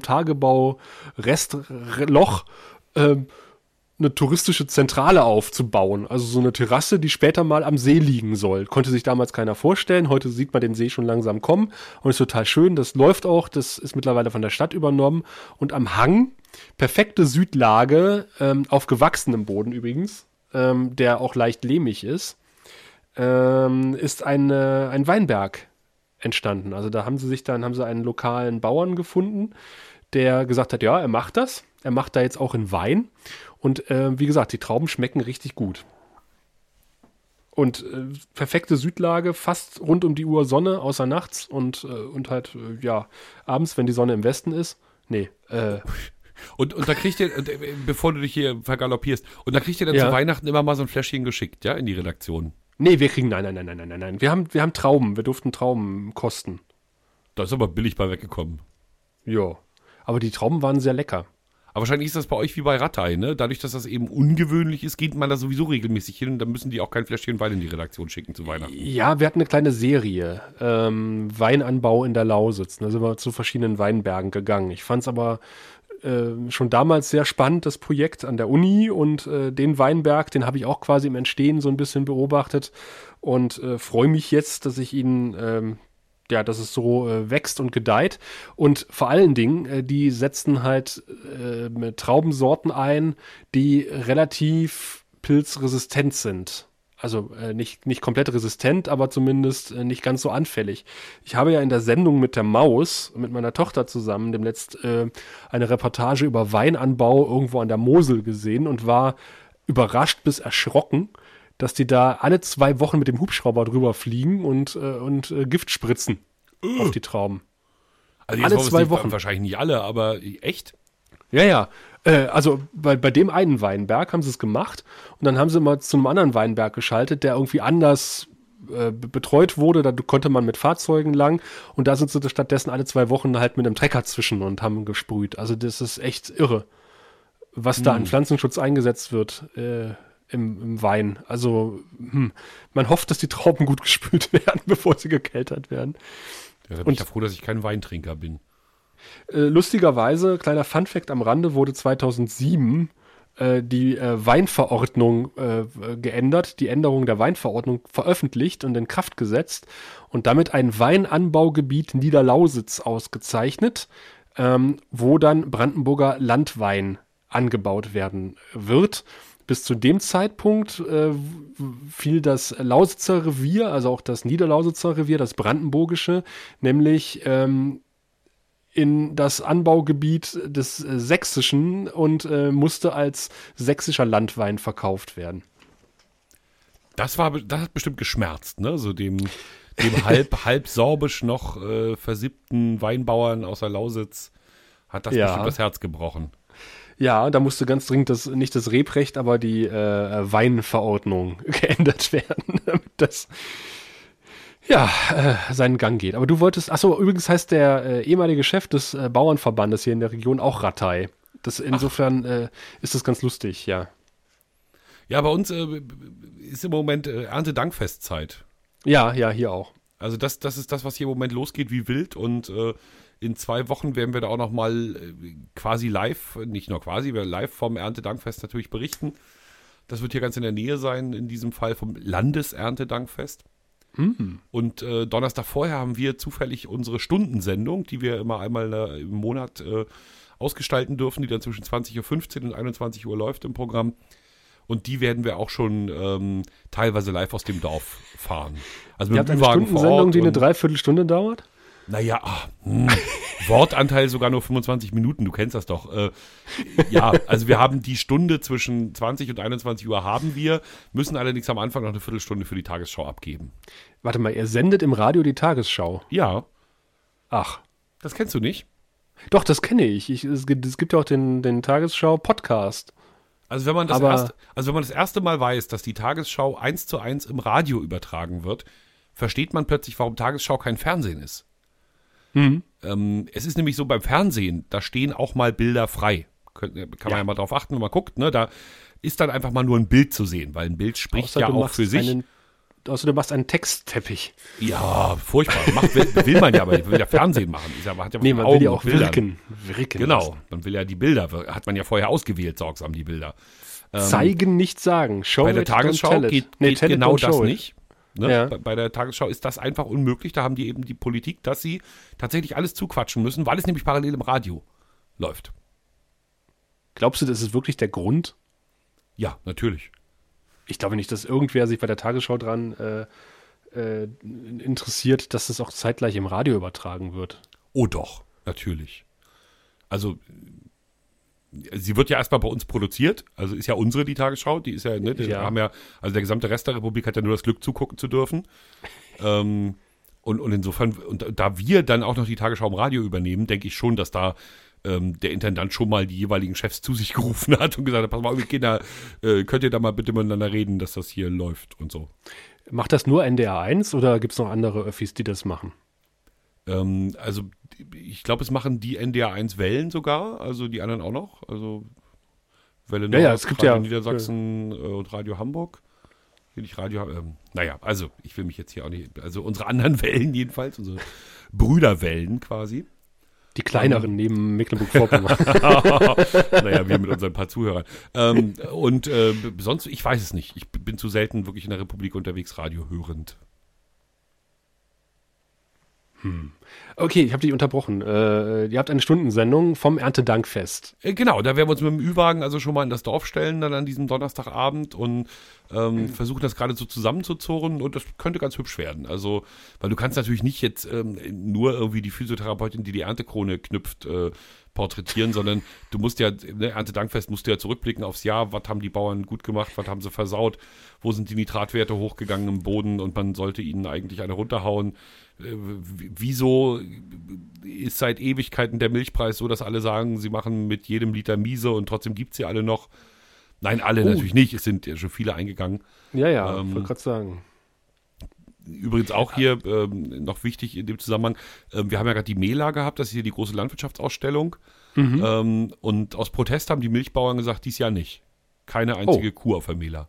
Tagebau-Restloch äh, eine touristische Zentrale aufzubauen. Also so eine Terrasse, die später mal am See liegen soll. Konnte sich damals keiner vorstellen. Heute sieht man den See schon langsam kommen und ist total schön. Das läuft auch, das ist mittlerweile von der Stadt übernommen. Und am Hang, perfekte Südlage, ähm, auf gewachsenem Boden übrigens, ähm, der auch leicht lehmig ist, Ähm, ist eine, ein Weinberg entstanden. Also da haben sie sich dann, haben sie einen lokalen Bauern gefunden, der gesagt hat, ja, er macht das. Er macht da jetzt auch in Wein. Und äh, wie gesagt, die Trauben schmecken richtig gut. Und äh, perfekte Südlage, fast rund um die Uhr Sonne, außer nachts und, äh, und halt, äh, ja, abends, wenn die Sonne im Westen ist. Nee, äh, Und, und da kriegt ihr, bevor du dich hier vergaloppierst, und da kriegt ihr dann ja. zu Weihnachten immer mal so ein Fläschchen geschickt, ja, in die Redaktion. Nee, wir kriegen, nein, nein, nein, nein, nein, nein. Wir haben, wir haben Trauben, wir durften Trauben kosten. Da ist aber billig bei weggekommen. Ja, aber die Trauben waren sehr lecker. Aber wahrscheinlich ist das bei euch wie bei Ratay, ne? Dadurch, dass das eben ungewöhnlich ist, geht man da sowieso regelmäßig hin und dann müssen die auch kein Fläschchen Wein in die Redaktion schicken zu Weihnachten. Ja, wir hatten eine kleine Serie, ähm, Weinanbau in der Lausitz. Da sind wir zu verschiedenen Weinbergen gegangen. Ich fand es aber äh, schon damals sehr spannend, das Projekt an der Uni und äh, den Weinberg, den habe ich auch quasi im Entstehen so ein bisschen beobachtet und äh, freue mich jetzt, dass ich ihn ähm, ja, dass es so äh, wächst und gedeiht. Und vor allen Dingen, äh, die setzen halt äh, mit Traubensorten ein, die relativ pilzresistent sind. Also äh, nicht, nicht komplett resistent, aber zumindest äh, nicht ganz so anfällig. Ich habe ja in der Sendung mit der Maus, mit meiner Tochter zusammen, demnächst äh, eine Reportage über Weinanbau irgendwo an der Mosel gesehen und war überrascht bis erschrocken, dass die da alle zwei Wochen mit dem Hubschrauber drüber fliegen und, äh, und äh, Gift spritzen uh. auf die Trauben. Also jetzt alle zwei nicht, Wochen. Wahrscheinlich nicht alle, aber echt? Ja, ja. Äh, also bei, bei dem einen Weinberg haben sie es gemacht und dann haben sie mal zu einem anderen Weinberg geschaltet, der irgendwie anders äh, betreut wurde. Da konnte man mit Fahrzeugen lang und da sind sie stattdessen alle zwei Wochen halt mit einem Trecker zwischen und haben gesprüht. Also das ist echt irre, was hm. da an Pflanzenschutz eingesetzt wird äh, im, im Wein. Also hm, man hofft, dass die Trauben gut gespült werden, bevor sie gekeltert werden. Ja, da bin und, ich ja froh, dass ich kein Weintrinker bin. Äh, lustigerweise, kleiner Funfact am Rande, wurde zweitausendsieben äh, die äh, Weinverordnung äh, geändert, die Änderung der Weinverordnung veröffentlicht und in Kraft gesetzt und damit ein Weinanbaugebiet Niederlausitz ausgezeichnet, ähm, wo dann Brandenburger Landwein angebaut werden wird. Bis zu dem Zeitpunkt äh, fiel das Lausitzer Revier, also auch das Niederlausitzer Revier, das brandenburgische, nämlich ähm, in das Anbaugebiet des äh, Sächsischen und äh, musste als sächsischer Landwein verkauft werden. Das war, das hat bestimmt geschmerzt, ne? So dem, dem halb, halb sorbisch noch äh, versippten Weinbauern aus der Lausitz hat das ja bestimmt das Herz gebrochen. Ja, da musste ganz dringend das, nicht das Rebrecht, aber die äh, Weinverordnung geändert werden, damit das ja, äh, seinen Gang geht. Aber du wolltest, achso, übrigens heißt der äh, ehemalige Chef des äh, Bauernverbandes hier in der Region auch Rattay. Das, insofern äh, ist das ganz lustig, ja. Ja, bei uns äh, ist im Moment äh, Erntedankfestzeit. Ja, ja, hier auch. Also das, das ist das, was hier im Moment losgeht wie wild und äh, in zwei Wochen werden wir da auch nochmal äh, quasi live, nicht nur quasi, wir live vom Erntedankfest natürlich berichten. Das wird hier ganz in der Nähe sein, in diesem Fall vom Landeserntedankfest. Mhm. Und äh, Donnerstag vorher haben wir zufällig unsere Stundensendung, die wir immer einmal äh, im Monat äh, ausgestalten dürfen, die dann zwischen zwanzig Uhr fünfzehn und einundzwanzig Uhr läuft im Programm. Und die werden wir auch schon ähm, teilweise live aus dem Dorf fahren. Also mit Ihr habt eine Stundensendung, die eine Dreiviertelstunde dauert? Naja, ach, hm, Wortanteil sogar nur fünfundzwanzig Minuten, du kennst das doch. Äh, ja, also wir haben die Stunde zwischen zwanzig und einundzwanzig Uhr haben wir, müssen allerdings am Anfang noch eine Viertelstunde für die Tagesschau abgeben. Warte mal, ihr sendet im Radio die Tagesschau? Ja. Ach. Das kennst du nicht? Doch, das kenne ich. ich es, gibt, es gibt ja auch den, den Tagesschau-Podcast. Also wenn man das erste, also wenn man das erste Mal weiß, dass die Tagesschau eins zu eins im Radio übertragen wird, versteht man plötzlich, warum Tagesschau kein Fernsehen ist. Mhm. Ähm, es ist nämlich so beim Fernsehen, da stehen auch mal Bilder frei. Kann, kann man ja. ja mal drauf achten, wenn man guckt, ne? Da ist dann einfach mal nur ein Bild zu sehen, weil ein Bild spricht außer ja auch für sich. Einen, außer du machst einen Textteppich. Ja, furchtbar. Macht, will, will man ja, aber will ja Fernsehen machen. Ist ja, hat ja nee, man Augen will ja auch Bildern. wirken. wirken genau, lassen. Man will ja die Bilder, hat man ja vorher ausgewählt, sorgsam die Bilder. Ähm, Zeigen, nicht sagen. Show bei der it, Tagesschau geht, nee, geht genau das it. nicht. Ne? Ja. Bei, bei der Tagesschau ist das einfach unmöglich. Da haben die eben die Politik, dass sie tatsächlich alles zuquatschen müssen, weil es nämlich parallel im Radio läuft. Glaubst du, das ist wirklich der Grund? Ja, natürlich. Ich glaube nicht, dass irgendwer sich bei der Tagesschau dran äh, äh, interessiert, dass das auch zeitgleich im Radio übertragen wird. Oh doch, natürlich. Also sie wird ja erstmal bei uns produziert, also ist ja unsere die Tagesschau, die ist ja, ne, die ja. haben ja, also der gesamte Rest der Republik hat ja nur das Glück zugucken zu dürfen. ähm, und, und insofern, und da wir dann auch noch die Tagesschau im Radio übernehmen, denke ich schon, dass da ähm, der Intendant schon mal die jeweiligen Chefs zu sich gerufen hat und gesagt hat, pass mal, Kinder, äh, könnt ihr da mal bitte miteinander reden, dass das hier läuft und so. Macht das nur N D R eins oder gibt es noch andere Öffis, die das machen? Ähm, also ich glaube, es machen die N D R eins Wellen sogar, also die anderen auch noch. Also Welle Nord, ja, ja, es gibt Radio ja, Niedersachsen ja. und Radio Hamburg. Hier nicht Radio, ähm, naja, also ich will mich jetzt hier auch nicht, also unsere anderen Wellen jedenfalls, unsere Brüderwellen quasi. Die kleineren um, neben Mecklenburg-Vorpommern. Naja, wir mit unseren paar Zuhörern. Ähm, und äh, sonst, ich weiß es nicht. Ich bin zu selten wirklich in der Republik unterwegs, Radio hörend. Hm. Okay, ich habe dich unterbrochen. Äh, ihr habt eine Stundensendung vom Erntedankfest. Äh, genau, da werden wir uns mit dem Ü-Wagen also schon mal in das Dorf stellen, dann an diesem Donnerstagabend und ähm, mhm. versuchen das gerade so zusammenzuzurren und das könnte ganz hübsch werden. Also, weil du kannst natürlich nicht jetzt ähm, nur irgendwie die Physiotherapeutin, die die Erntekrone knüpft, äh, porträtieren, sondern du musst ja, ne, Erntedankfest musst du ja zurückblicken aufs Jahr, was haben die Bauern gut gemacht, was haben sie versaut, wo sind die Nitratwerte hochgegangen im Boden und man sollte ihnen eigentlich eine runterhauen. Äh, wieso ist seit Ewigkeiten der Milchpreis so, dass alle sagen, sie machen mit jedem Liter miese und trotzdem gibt es sie alle noch? Nein, alle oh. natürlich nicht, es sind ja schon viele eingegangen. Ja, ja, ähm, ich wollte gerade sagen. Übrigens auch hier ähm, noch wichtig in dem Zusammenhang, äh, wir haben ja gerade die Mela gehabt, das ist hier die große Landwirtschaftsausstellung. Mhm. Ähm, und aus Protest haben die Milchbauern gesagt, dies Jahr nicht. Keine einzige oh. Kuh auf der Mela.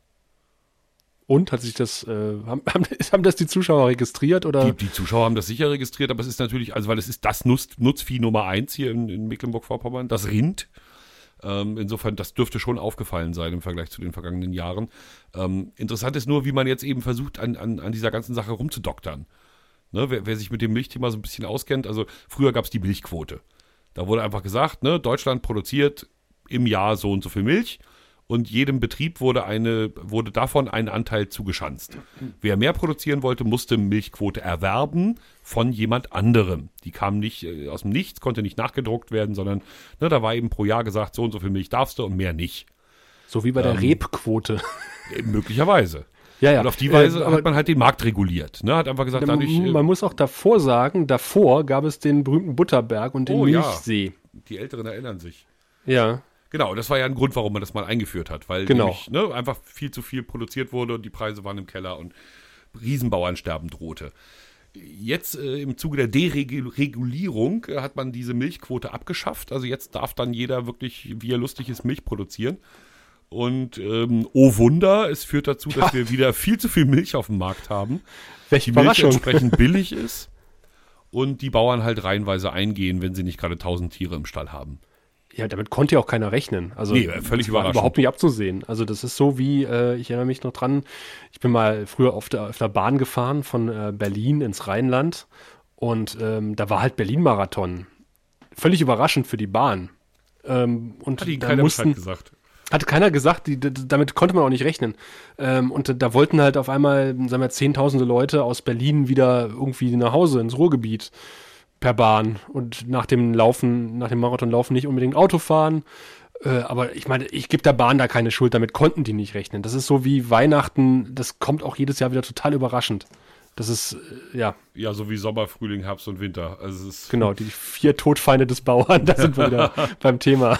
Und hat sich das, äh, haben, haben das die Zuschauer registriert? Oder? Die, die Zuschauer haben das sicher registriert, aber es ist natürlich, also weil es ist das Nutz, Nutzvieh Nummer eins hier in, in Mecklenburg-Vorpommern, das Rind. Ähm, insofern, das dürfte schon aufgefallen sein im Vergleich zu den vergangenen Jahren. Ähm, interessant ist nur, wie man jetzt eben versucht, an, an, an dieser ganzen Sache rumzudoktern. Ne, wer, wer sich mit dem Milchthema so ein bisschen auskennt, also früher gab es die Milchquote. Da wurde einfach gesagt, ne, Deutschland produziert im Jahr so und so viel Milch und jedem Betrieb wurde, eine, wurde davon ein Anteil zugeschanzt. Wer mehr produzieren wollte, musste Milchquote erwerben von jemand anderem. Die kam nicht äh, aus dem Nichts, konnte nicht nachgedruckt werden, sondern ne, da war eben pro Jahr gesagt, so und so viel Milch darfst du und mehr nicht. So wie bei der ähm, Rebquote. Äh, möglicherweise. Ja, ja. Und auf die Weise äh, hat man halt den Markt reguliert. Ne? Hat einfach gesagt, dadurch, man äh, muss auch davor sagen, davor gab es den berühmten Butterberg und den oh, Milchsee. Ja. Die Älteren erinnern sich. Ja. Genau, das war ja ein Grund, warum man das mal eingeführt hat, weil genau. nämlich, ne, einfach viel zu viel produziert wurde und die Preise waren im Keller und Riesenbauernsterben drohte. Jetzt äh, im Zuge der Deregulierung äh, hat man diese Milchquote abgeschafft, also jetzt darf dann jeder wirklich, wie er lustig ist, Milch produzieren. Und ähm, oh Wunder, es führt dazu, dass ja. wir wieder viel zu viel Milch auf dem Markt haben. Welche die Milch entsprechend billig ist und die Bauern halt reihenweise eingehen, wenn sie nicht gerade tausend Tiere im Stall haben. Ja, damit konnte ja auch keiner rechnen. Also nee, völlig überraschend. Überhaupt nicht abzusehen. Also das ist so wie, äh, ich erinnere mich noch dran, ich bin mal früher auf der, auf der Bahn gefahren von äh, Berlin ins Rheinland und ähm, da war halt Berlin-Marathon. Völlig überraschend für die Bahn. Ähm, und hat ihnen da keiner mussten, Bescheid gesagt. Hatte keiner gesagt, die, die, damit konnte man auch nicht rechnen. Ähm, und da wollten halt auf einmal, sagen wir, zehntausende Leute aus Berlin wieder irgendwie nach Hause ins Ruhrgebiet per Bahn und nach dem Laufen, nach dem Marathonlaufen nicht unbedingt Auto fahren. Äh, aber ich meine, ich gebe der Bahn da keine Schuld, damit konnten die nicht rechnen. Das ist so wie Weihnachten, das kommt auch jedes Jahr wieder total überraschend. Das ist, äh, ja. Ja, so wie Sommer, Frühling, Herbst und Winter. Also es ist genau, die vier Todfeinde des Bauern, da sind wir wieder beim Thema.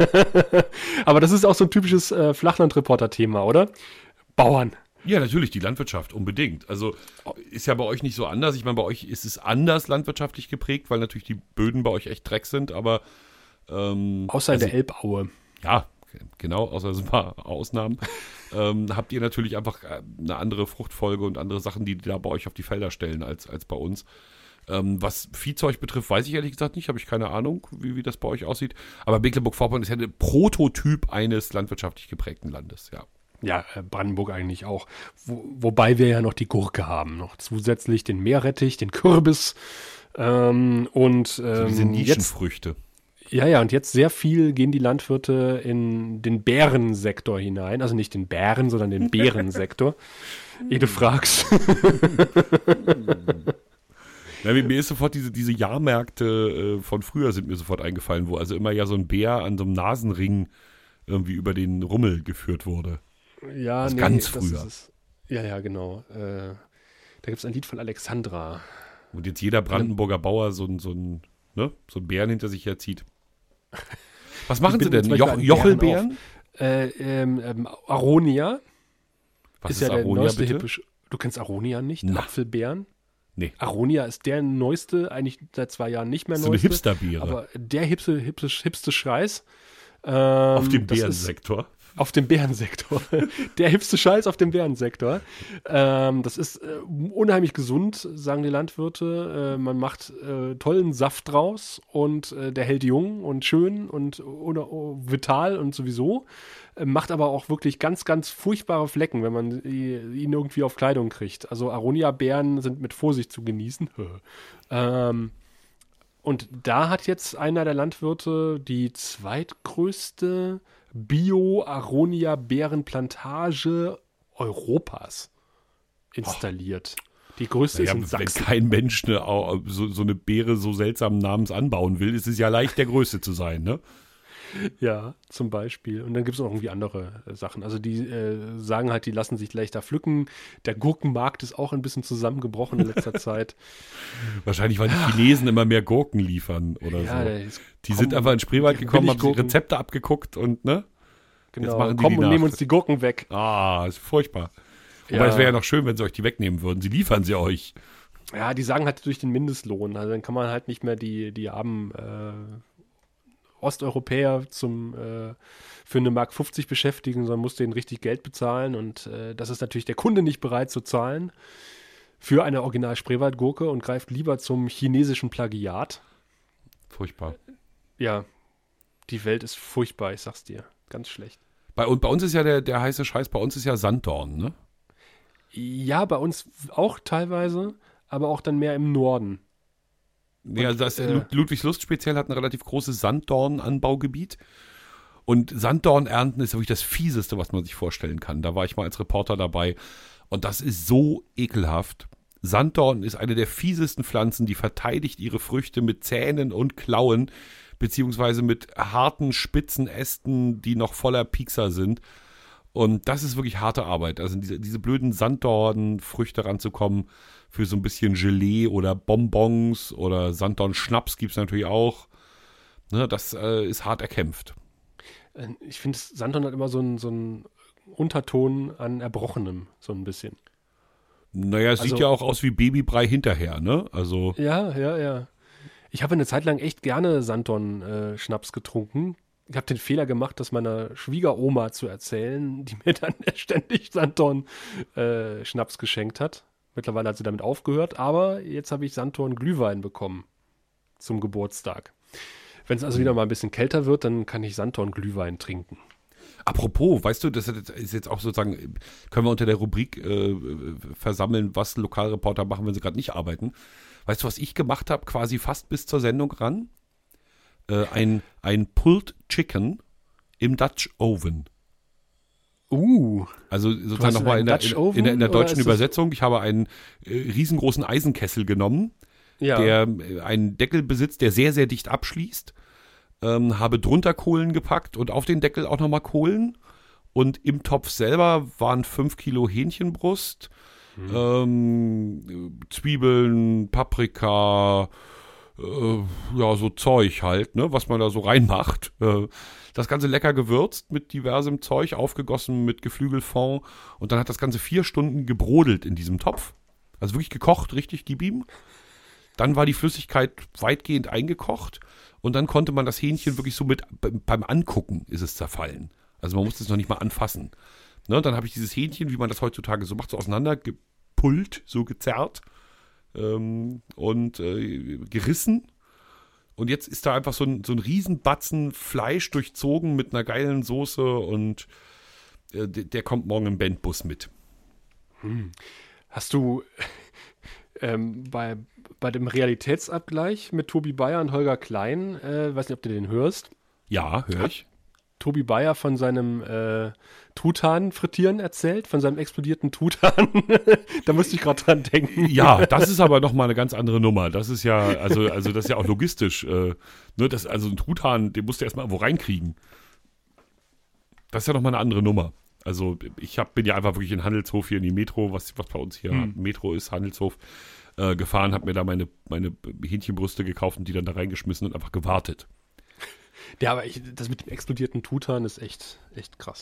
Aber das ist auch so ein typisches äh, Flachland-Reporter-Thema, oder? Bauern. Ja, natürlich, die Landwirtschaft, unbedingt. Also ist ja bei euch nicht so anders. Ich meine, bei euch ist es anders landwirtschaftlich geprägt, weil natürlich die Böden bei euch echt Dreck sind, aber ähm, außer also, in der Elbaue. Ja, genau, außer so ein paar Ausnahmen. ähm, habt ihr natürlich einfach eine andere Fruchtfolge und andere Sachen, die, die da bei euch auf die Felder stellen, als, als bei uns. Ähm, was Viehzeug betrifft, weiß ich ehrlich gesagt nicht, habe ich keine Ahnung, wie, wie das bei euch aussieht. Aber Mecklenburg-Vorpommern ist ja der Prototyp eines landwirtschaftlich geprägten Landes, ja. Ja, Brandenburg eigentlich auch. Wo, wobei wir ja noch die Gurke haben, noch zusätzlich den Meerrettich, den Kürbis ähm, und ähm, also diese Nischenfrüchte. Jetzt, ja, ja, und jetzt sehr viel gehen die Landwirte in den Beerensektor hinein. Also nicht den Bären, sondern den Beerensektor. Ehe du fragst. Ja, mir ist sofort diese, diese Jahrmärkte äh, von früher sind mir sofort eingefallen, wo also immer ja so ein Bär an so einem Nasenring irgendwie über den Rummel geführt wurde. Ja, das nee, ganz das früher. Ist, ja, ja, genau. Äh, da gibt es ein Lied von Alexandra. Und jetzt jeder Brandenburger Bauer so ein, so ein, ne, so ein Bären hinter sich herzieht. Was machen sie denn? Jo- Jochelbeeren? Äh, ähm, ähm, Aronia. Was ist, ist ja Aronia, der neueste bitte? Hippisch. Du kennst Aronia nicht? Na. Apfelbeeren? Nee. Aronia ist der neueste, eigentlich seit zwei Jahren nicht mehr so neueste. eine Hipsterbeere. Aber der hipste, hipste, hipste Scheiß. Ähm, Auf dem das Bärensektor. Auf dem Bärensektor. Der hipste Scheiß auf dem Bärensektor. Ähm, das ist äh, unheimlich gesund, sagen die Landwirte. Äh, man macht äh, tollen Saft draus und äh, der hält jung und schön und oder, oh, vital und sowieso. Äh, macht aber auch wirklich ganz, ganz furchtbare Flecken, wenn man ihn irgendwie auf Kleidung kriegt. Also Aronia-Bären sind mit Vorsicht zu genießen. ähm, und da hat jetzt einer der Landwirte die zweitgrößte Bio-Aronia-Bärenplantage Europas installiert. Oh. Die größte naja, ist in Sachsen. Wenn kein Mensch eine, so, so eine Beere so seltsamen Namens anbauen will, ist es ja leicht, der Größte zu sein, ne? Ja, zum Beispiel. Und dann gibt es auch irgendwie andere äh, Sachen. Also die äh, sagen halt, die lassen sich leichter pflücken. Der Gurkenmarkt ist auch ein bisschen zusammengebrochen in letzter Zeit. Wahrscheinlich, weil die Chinesen immer mehr Gurken liefern oder ja, so. Ist, die sind einfach in den Spreewald gekommen, haben sich Rezepte abgeguckt und, ne? Genau, jetzt machen die kommen die und nehmen uns die Gurken weg. Ah, ist furchtbar. Wobei, ja. es wäre ja noch schön, wenn sie euch die wegnehmen würden. Sie liefern sie euch. Ja, die sagen halt durch den Mindestlohn. Also dann kann man halt nicht mehr die, die armen äh, Osteuropäer zum, äh, für eine Mark fünfzig beschäftigen, sondern muss denen richtig Geld bezahlen. Und äh, das ist natürlich der Kunde nicht bereit zu zahlen für eine Original-Spreewaldgurke und greift lieber zum chinesischen Plagiat. Furchtbar. Ja, die Welt ist furchtbar, ich sag's dir. Ganz schlecht. Bei, und bei uns ist ja der, der heiße Scheiß, bei uns ist ja Sanddorn, ne? Ja, bei uns auch teilweise, aber auch dann mehr im Norden. Ja, also das, äh, Ludwigslust speziell hat ein relativ großes Sanddorn-Anbaugebiet. Und Sanddorn ernten ist wirklich das Fieseste, was man sich vorstellen kann. Da war ich mal als Reporter dabei. Und das ist so ekelhaft. Sanddorn ist eine der fiesesten Pflanzen, die verteidigt ihre Früchte mit Zähnen und Klauen, beziehungsweise mit harten, spitzen Ästen, die noch voller Piekser sind. Und das ist wirklich harte Arbeit. Also diese, diese blöden Sanddornfrüchte ranzukommen, für so ein bisschen Gelee oder Bonbons oder Sanddorn-Schnaps gibt es natürlich auch. Ne, das äh, ist hart erkämpft. Ich finde, Sanddorn hat immer so einen so einen Unterton an Erbrochenem, so ein bisschen. Naja, es also, sieht ja auch aus wie Babybrei hinterher, ne? Also ja, ja, ja. Ich habe eine Zeit lang echt gerne Sanddorn-Schnaps getrunken. Ich habe den Fehler gemacht, das meiner Schwiegeroma zu erzählen, die mir dann ständig Sanddorn-Schnaps geschenkt hat. Mittlerweile hat sie damit aufgehört, aber jetzt habe ich Sanddorn-Glühwein bekommen zum Geburtstag. Wenn es also wieder mal ein bisschen kälter wird, dann kann ich Sanddorn-Glühwein trinken. Apropos, weißt du, das ist jetzt auch sozusagen, können wir unter der Rubrik äh, versammeln, was Lokalreporter machen, wenn sie gerade nicht arbeiten. Weißt du, was ich gemacht habe, quasi fast bis zur Sendung ran? Äh, ein, ein Pulled Chicken im Dutch Oven. Uh. Also sozusagen nochmal in, in, in, in der deutschen Übersetzung. Ich habe einen äh, riesengroßen Eisenkessel genommen, ja. der äh, einen Deckel besitzt, der sehr, sehr dicht abschließt. Ähm, habe drunter Kohlen gepackt und auf den Deckel auch nochmal Kohlen. Und im Topf selber waren fünf Kilo Hähnchenbrust, hm. ähm, Zwiebeln, Paprika, äh, ja, so Zeug halt, ne, was man da so reinmacht. Äh, das Ganze lecker gewürzt mit diversem Zeug, aufgegossen mit Geflügelfond. Und dann hat das Ganze vier Stunden gebrodelt in diesem Topf. Also wirklich gekocht, richtig, gib ihm. Dann war die Flüssigkeit weitgehend eingekocht. Und dann konnte man das Hähnchen wirklich so mit, beim Angucken ist es zerfallen. Also man musste es noch nicht mal anfassen. Ne, dann habe ich dieses Hähnchen, wie man das heutzutage so macht, so auseinandergepullt, so gezerrt ähm, und äh, gerissen. Und jetzt ist da einfach so ein, so ein Riesenbatzen Fleisch durchzogen mit einer geilen Soße und äh, der, der kommt morgen im Bandbus mit. Hm. Hast du ähm, bei, bei dem Realitätsabgleich mit Tobi Bayer und Holger Klein, äh, weiß nicht, ob du den hörst. Ja, höre ich. Tobi Bayer von seinem äh, Truthahn-Frittieren erzählt, von seinem explodierten Truthahn. Da musste ich gerade dran denken. Ja, das ist aber nochmal eine ganz andere Nummer. Das ist ja, also, also das ist ja auch logistisch. Äh, ne, das, also ein Truthahn, den musst du erstmal irgendwo reinkriegen. Das ist ja nochmal eine andere Nummer. Also ich hab, bin ja einfach wirklich in Handelshof hier in die Metro, was, was bei uns hier hm. Metro ist, Handelshof, äh, gefahren, habe mir da meine, meine Hähnchenbrüste gekauft und die dann da reingeschmissen und einfach gewartet. Ja, aber ich, das mit dem explodierten Truthahn ist echt, echt krass.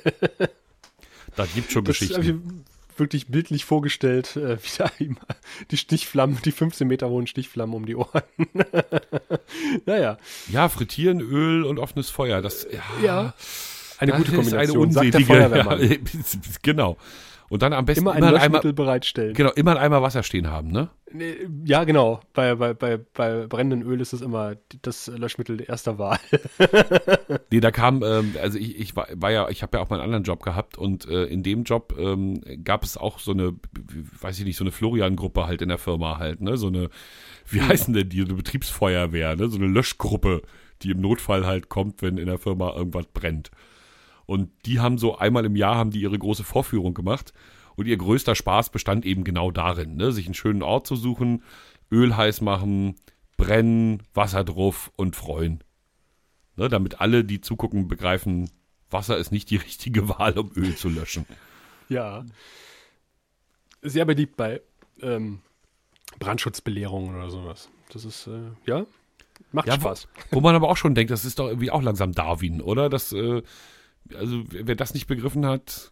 Da gibt schon das Geschichten. Das habe ich wirklich bildlich vorgestellt, äh, wie da ihm die Stichflammen, die fünfzehn Meter hohen Stichflammen um die Ohren. Naja. Ja, Frittieren, Öl und offenes Feuer. Das, ja. ja. Eine das gute ist Kombination, eine sagt der unselige, Feuerwehrmann. Ja, genau. Und dann am besten Immer ein immer Löschmittel Eimer, bereitstellen. genau, immer einen Eimer Wasser stehen haben, ne? Nee, ja, genau. Bei, bei, bei, bei brennendem Öl ist es immer das Löschmittel erster Wahl. Nee, da kam, ähm, also ich, ich war, war ja, ich habe ja auch mal einen anderen Job gehabt und äh, in dem Job ähm, gab es auch so eine, weiß ich nicht, so eine Florian-Gruppe halt in der Firma halt, ne? So eine, wie heißen denn die, eine Betriebsfeuerwehr, ne? So eine Löschgruppe, die im Notfall halt kommt, wenn in der Firma irgendwas brennt. Und die haben so einmal im Jahr haben die ihre große Vorführung gemacht und ihr größter Spaß bestand eben genau darin, ne? Sich einen schönen Ort zu suchen, Öl heiß machen, brennen, Wasser drauf und freuen. Ne? Damit alle, die zugucken, begreifen, Wasser ist nicht die richtige Wahl, um Öl zu löschen. Ja. Sehr beliebt bei ähm, Brandschutzbelehrungen oder sowas. Das ist, äh, ja, macht Ja, Spaß. Wo, wo man aber auch schon denkt, das ist doch irgendwie auch langsam Darwin, oder? Das, äh, also wer das nicht begriffen hat.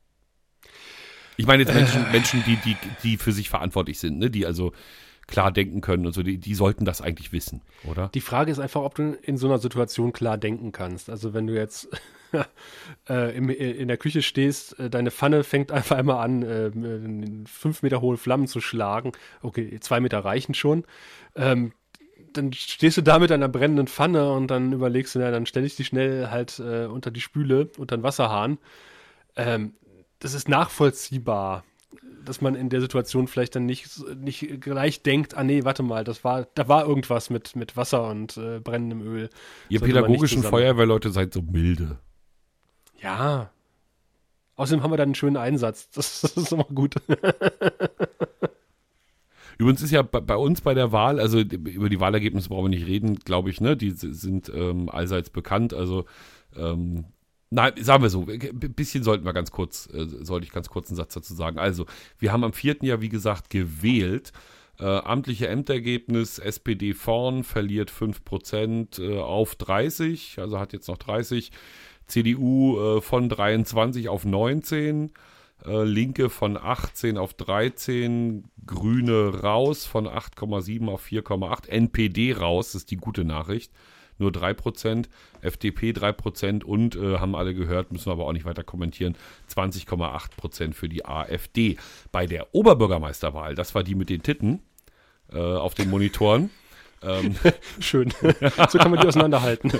Ich meine jetzt Menschen, Menschen die, die, die für sich verantwortlich sind, ne? Die also klar denken können und so, die, die sollten das eigentlich wissen, oder? Die Frage ist einfach, ob du in so einer Situation klar denken kannst. Also wenn du jetzt äh, im, in der Küche stehst, äh, deine Pfanne fängt einfach einmal an, äh, fünf Meter hohe Flammen zu schlagen. Okay, zwei Meter reichen schon. Ähm, dann stehst du da mit einer brennenden Pfanne und dann überlegst du, na, dann stelle ich die schnell halt äh, unter die Spüle, unter den Wasserhahn. Ähm, das ist nachvollziehbar, dass man in der Situation vielleicht dann nicht, nicht gleich denkt, ah nee, warte mal, das war, da war irgendwas mit, mit Wasser und äh, brennendem Öl. Ihr Sollte man nicht pädagogischen zusammen- Feuerwehrleute seid so milde. Ja. Außerdem haben wir dann einen schönen Einsatz. Das, das ist immer gut. Übrigens ist ja bei, bei uns bei der Wahl, also über die Wahlergebnisse brauchen wir nicht reden, glaube ich, ne? Die sind ähm, allseits bekannt. Also ähm, nein, sagen wir so, ein bisschen sollten wir ganz kurz, äh, sollte ich ganz kurz einen Satz dazu sagen. Also, wir haben am vierten Jahr, wie gesagt, gewählt. Äh, amtliche Ämtergebnis, S P D vorn, verliert fünf Prozent äh, auf dreißig, also hat jetzt noch dreißig. C D U äh, von dreiundzwanzig auf neunzehn. Äh, Linke von achtzehn auf dreizehn, Grüne raus von acht Komma sieben auf vier Komma acht, N P D raus, das ist die gute Nachricht, nur drei Prozent, F D P drei Prozent und, äh, haben alle gehört, müssen wir aber auch nicht weiter kommentieren, zwanzig Komma acht Prozent für die AfD. Bei der Oberbürgermeisterwahl, das war die mit den Titten äh, auf den Monitoren, ähm, Schön. So kann man die auseinanderhalten.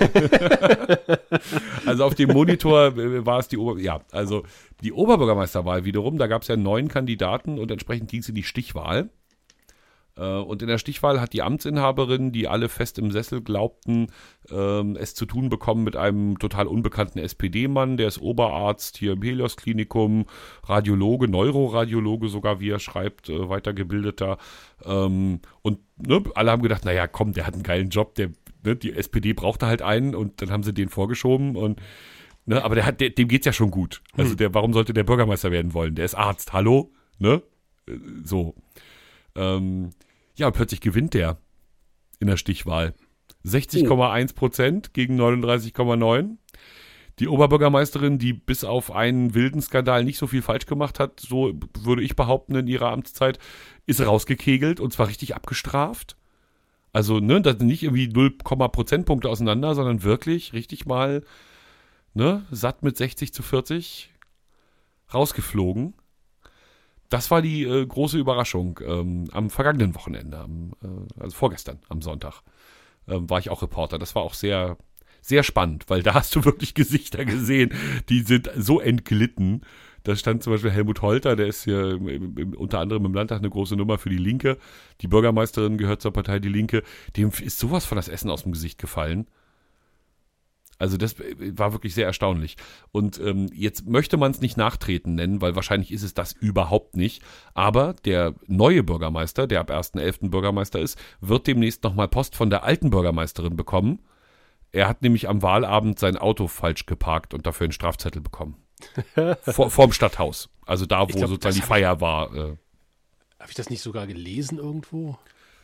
Also auf dem Monitor äh, war es die Ober... Ja, also die Oberbürgermeisterwahl wiederum, da gab es ja neun Kandidaten und entsprechend ging es in die Stichwahl. Äh, und in der Stichwahl hat die Amtsinhaberin, die alle fest im Sessel glaubten, ähm, es zu tun bekommen mit einem total unbekannten S P D-Mann, der ist Oberarzt hier im Helios-Klinikum, Radiologe, Neuroradiologe sogar, wie er schreibt, äh, weitergebildeter. Ähm, und ne, alle haben gedacht, naja, komm, der hat einen geilen Job, der, ne, die S P D brauchte halt einen und dann haben sie den vorgeschoben und ne, aber der hat, der, dem geht's ja schon gut. Also der, warum sollte der Bürgermeister werden wollen? Der ist Arzt, hallo? Ne? Äh, So. Ähm, ja, und plötzlich gewinnt der in der Stichwahl. sechzig Komma eins Prozent gegen neununddreißig Komma neun. Die Oberbürgermeisterin, die bis auf einen wilden Skandal nicht so viel falsch gemacht hat, so würde ich behaupten in ihrer Amtszeit, ist rausgekegelt und zwar richtig abgestraft. Also, ne, das sind nicht irgendwie null Prozentpunkte auseinander, sondern wirklich richtig mal, ne, satt mit sechzig zu vierzig rausgeflogen. Das war die äh, große Überraschung ähm, am vergangenen Wochenende, am, äh, also vorgestern, am Sonntag, ähm, war ich auch Reporter. Das war auch sehr, sehr spannend, weil da hast du wirklich Gesichter gesehen, die sind so entglitten. Da stand zum Beispiel Helmut Holter, der ist hier im, im, unter anderem im Landtag eine große Nummer für die Linke. Die Bürgermeisterin gehört zur Partei Die Linke. Dem ist sowas von das Essen aus dem Gesicht gefallen. Also das war wirklich sehr erstaunlich. Und ähm, jetzt möchte man es nicht Nachtreten nennen, weil wahrscheinlich ist es das überhaupt nicht. Aber der neue Bürgermeister, der ab ersten elften Bürgermeister ist, wird demnächst nochmal Post von der alten Bürgermeisterin bekommen. Er hat nämlich am Wahlabend sein Auto falsch geparkt und dafür einen Strafzettel bekommen. Vor, vorm Stadthaus. Also da, wo Ich glaub, sozusagen die das Feier war. Äh. Habe ich das nicht sogar gelesen irgendwo?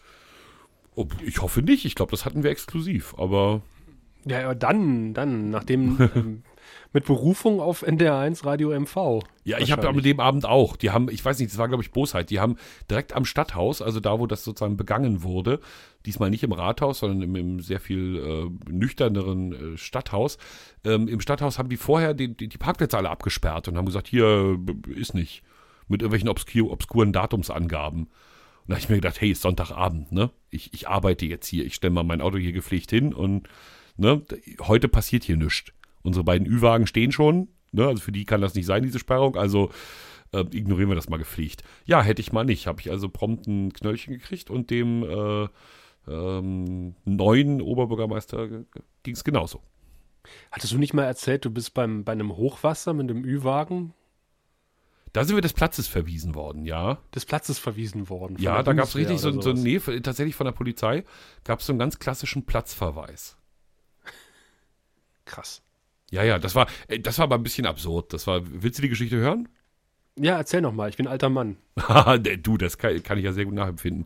Ob- Ich hoffe nicht. Ich glaube, das hatten wir exklusiv. Aber Ja, aber dann, dann, nachdem ähm, mit Berufung auf N D R eins Radio M V. Ja, ich habe mit dem Abend auch. Die haben, ich weiß nicht, das war glaube ich Bosheit. Die haben direkt am Stadthaus, also da, wo das sozusagen begangen wurde, diesmal nicht im Rathaus, sondern im, im sehr viel äh, nüchterneren äh, Stadthaus. Ähm, Im Stadthaus haben die vorher die, die, die Parkplätze alle abgesperrt und haben gesagt, hier ist nicht. Mit irgendwelchen obskur, obskuren Datumsangaben. Und da habe ich mir gedacht, hey, ist Sonntagabend, ne? Ich, ich arbeite jetzt hier, ich stelle mal mein Auto hier gepflegt hin und ne, heute passiert hier nichts. Unsere beiden Ü-Wagen stehen schon, ne? Also für die kann das nicht sein, diese Sperrung, also äh, ignorieren wir das mal gepflegt. Ja, hätte ich mal nicht. Habe ich also prompt ein Knöllchen gekriegt und dem äh, ähm, neuen Oberbürgermeister ging es genauso. Hattest du nicht mal erzählt, du bist beim, bei einem Hochwasser mit einem Ü-Wagen? Da sind wir des Platzes verwiesen worden, ja. Des Platzes verwiesen worden? Ja, da gab es richtig so, so, nee, tatsächlich von der Polizei gab es so einen ganz klassischen Platzverweis. Krass. Ja, ja, das war, das war aber ein bisschen absurd. Das war, willst du die Geschichte hören? Ja, erzähl noch mal, ich bin ein alter Mann. Du, das kann, kann ich ja sehr gut nachempfinden.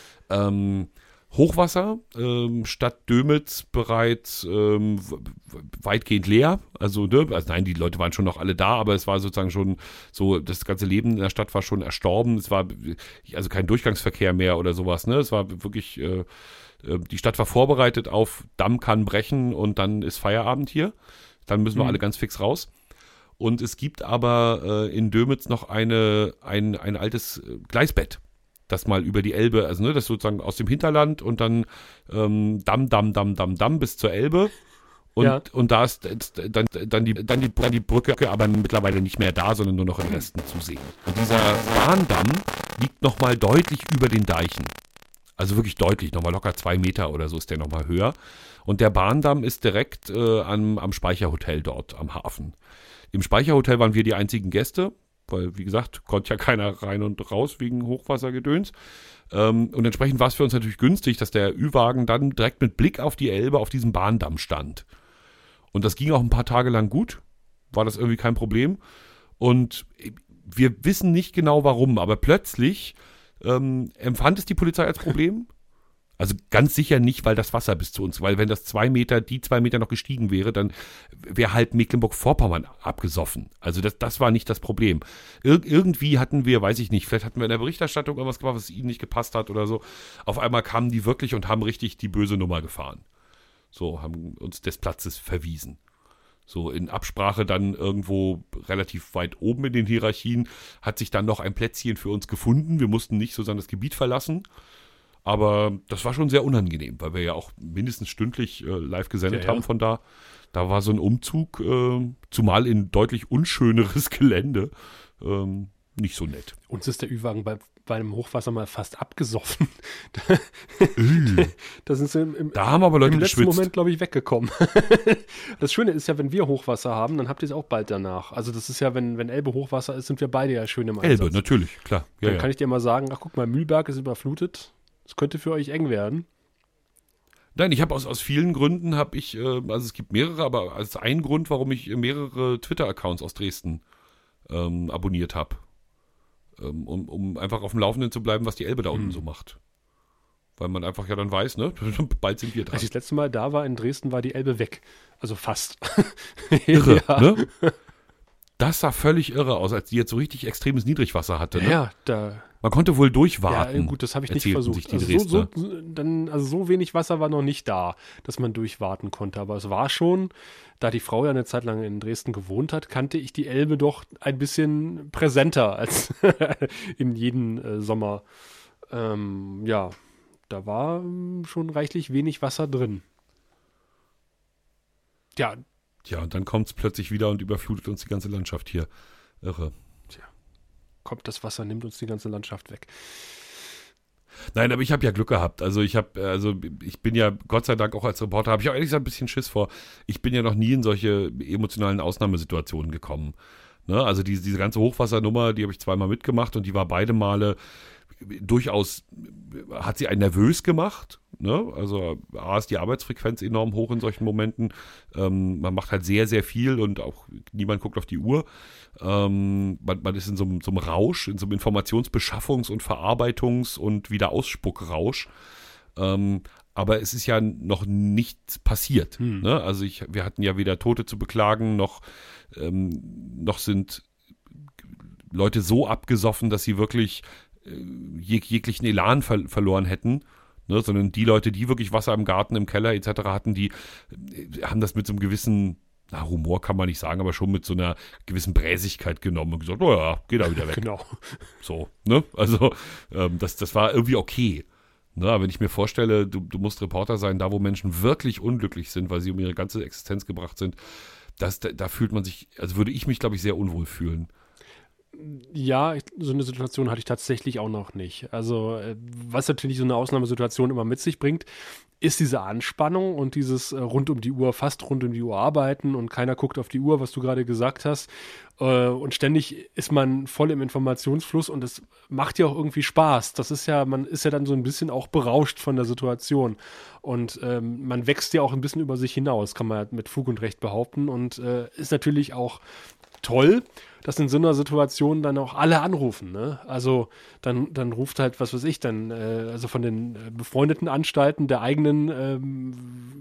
Ähm, Hochwasser, ähm, Stadt Dömitz bereits ähm, weitgehend leer. Also, ne, also nein, die Leute waren schon noch alle da, aber es war sozusagen schon so, das ganze Leben in der Stadt war schon erstorben. Es war also kein Durchgangsverkehr mehr oder sowas. Ne? Es war wirklich, äh, die Stadt war vorbereitet auf Damm kann brechen und dann ist Feierabend hier. Dann müssen wir mhm. alle ganz fix raus. Und es gibt aber äh, in Dömitz noch eine, ein, ein altes Gleisbett, das mal über die Elbe, also ne, das sozusagen aus dem Hinterland und dann ähm, Damm, Damm, Damm, Damm, Damm bis zur Elbe. Und, ja. und da ist dann, dann, die, dann, die, dann die Brücke aber mittlerweile nicht mehr da, sondern nur noch in Resten zu sehen. Und dieser Bahndamm liegt nochmal deutlich über den Deichen. Also wirklich deutlich, nochmal locker zwei Meter oder so ist der nochmal höher. Und der Bahndamm ist direkt äh, am, am Speicherhotel dort am Hafen. Im Speicherhotel waren wir die einzigen Gäste, weil, wie gesagt, konnte ja keiner rein und raus wegen Hochwassergedöns. Ähm, und entsprechend war es für uns natürlich günstig, dass der Ü-Wagen dann direkt mit Blick auf die Elbe auf diesem Bahndamm stand. Und das ging auch ein paar Tage lang gut, war das irgendwie kein Problem. Und wir wissen nicht genau warum, aber plötzlich ähm, empfand es die Polizei als Problem. Also ganz sicher nicht, weil das Wasser bis zu uns, weil wenn das zwei Meter, die zwei Meter noch gestiegen wäre, dann wäre halt Mecklenburg-Vorpommern abgesoffen. Also das, das war nicht das Problem. Ir- irgendwie hatten wir, weiß ich nicht, vielleicht hatten wir in der Berichterstattung irgendwas gemacht, was ihnen nicht gepasst hat oder so. Auf einmal kamen die wirklich und haben richtig die böse Nummer gefahren. So, haben uns des Platzes verwiesen. So in Absprache dann irgendwo relativ weit oben in den Hierarchien hat sich dann noch ein Plätzchen für uns gefunden. Wir mussten nicht sozusagen das Gebiet verlassen. Aber das war schon sehr unangenehm, weil wir ja auch mindestens stündlich äh, live gesendet ja, ja. haben von da. Da war so ein Umzug, äh, zumal in deutlich unschöneres Gelände, ähm, nicht so nett. Uns ist der Ü-Wagen bei, bei einem Hochwasser mal fast abgesoffen. da sind sie im, im, da haben aber Leute im letzten geschwitzt. Moment, glaube ich, weggekommen. Das Schöne ist ja, wenn wir Hochwasser haben, dann habt ihr es auch bald danach. Also das ist ja, wenn, wenn Elbe Hochwasser ist, sind wir beide ja schön im Einsatz. Elbe, natürlich, klar. Ja, dann ja. kann ich dir mal sagen, ach guck mal, Mühlberg ist überflutet. Das könnte für euch eng werden. Nein, ich habe aus, aus vielen Gründen, habe ich, äh, also es gibt mehrere, aber als ein Grund, warum ich mehrere Twitter-Accounts aus Dresden ähm, abonniert habe. Ähm, um, um einfach auf dem Laufenden zu bleiben, was die Elbe da unten hm. so macht. Weil man einfach ja dann weiß, ne, bald sind wir dran. Als ich das letzte Mal da war in Dresden, war die Elbe weg. Also fast. Irre, ja. Ne? Das sah völlig irre aus, als die jetzt so richtig extremes Niedrigwasser hatte. Ne? Ja, da... Man konnte wohl durchwarten. Ja, gut, das habe ich nicht versucht. Also so, so, dann, also so wenig Wasser war noch nicht da, dass man durchwarten konnte. Aber es war schon, da die Frau ja eine Zeit lang in Dresden gewohnt hat, kannte ich die Elbe doch ein bisschen präsenter als in jedem äh, Sommer. Ähm, ja, da war ähm, schon reichlich wenig Wasser drin. Ja. Ja, und dann kommt es plötzlich wieder und überflutet uns die ganze Landschaft hier. Irre. Kommt das Wasser, nimmt uns die ganze Landschaft weg. Nein, aber ich habe ja Glück gehabt. Also ich habe, also ich bin ja Gott sei Dank auch als Reporter, habe ich auch ehrlich gesagt ein bisschen Schiss vor. Ich bin ja noch nie in solche emotionalen Ausnahmesituationen gekommen. Ne? Also diese, diese ganze Hochwassernummer, die habe ich zweimal mitgemacht und die war beide Male durchaus, hat sie einen nervös gemacht. Ne? Also A ist die Arbeitsfrequenz enorm hoch in solchen Momenten. Ähm, man macht halt sehr, sehr viel und auch niemand guckt auf die Uhr. Ähm, man, man ist in so einem, so einem Rausch, in so einem Informationsbeschaffungs- und Verarbeitungs- und Wiederausspuckrausch. Ähm, aber es ist ja noch nichts passiert. Hm. Ne? Also ich, wir hatten ja weder Tote zu beklagen, noch, ähm, noch sind Leute so abgesoffen, dass sie wirklich äh, jeg jeglichen Elan ver verloren hätten. Ne? Sondern die Leute, die wirklich Wasser im Garten, im Keller et cetera hatten, die äh, haben das mit so einem gewissen, na, Humor kann man nicht sagen, aber schon mit so einer gewissen Bräsigkeit genommen und gesagt, oh ja, geh da wieder weg. Genau. So, ne? Also ähm, das, das war irgendwie okay. Ne? Aber wenn ich mir vorstelle, du, du musst Reporter sein, da wo Menschen wirklich unglücklich sind, weil sie um ihre ganze Existenz gebracht sind, das, da, da fühlt man sich, also würde ich mich, glaube ich, sehr unwohl fühlen. Ja, ich- so eine Situation hatte ich tatsächlich auch noch nicht. Also, äh, was natürlich so eine Ausnahmesituation immer mit sich bringt, ist diese Anspannung und dieses äh, rund um die Uhr, fast rund um die Uhr arbeiten und keiner guckt auf die Uhr, was du gerade gesagt hast. Äh, und ständig ist man voll im Informationsfluss und es macht ja auch irgendwie Spaß. Das ist ja, man ist ja dann so ein bisschen auch berauscht von der Situation. Und ähm, man wächst ja auch ein bisschen über sich hinaus, kann man mit Fug und Recht behaupten. Und äh, ist natürlich auch toll, dass in so einer Situation dann auch alle anrufen, ne? Also dann, dann ruft halt, was weiß ich, dann, äh, also von den äh, befreundeten Anstalten der eigenen, ähm,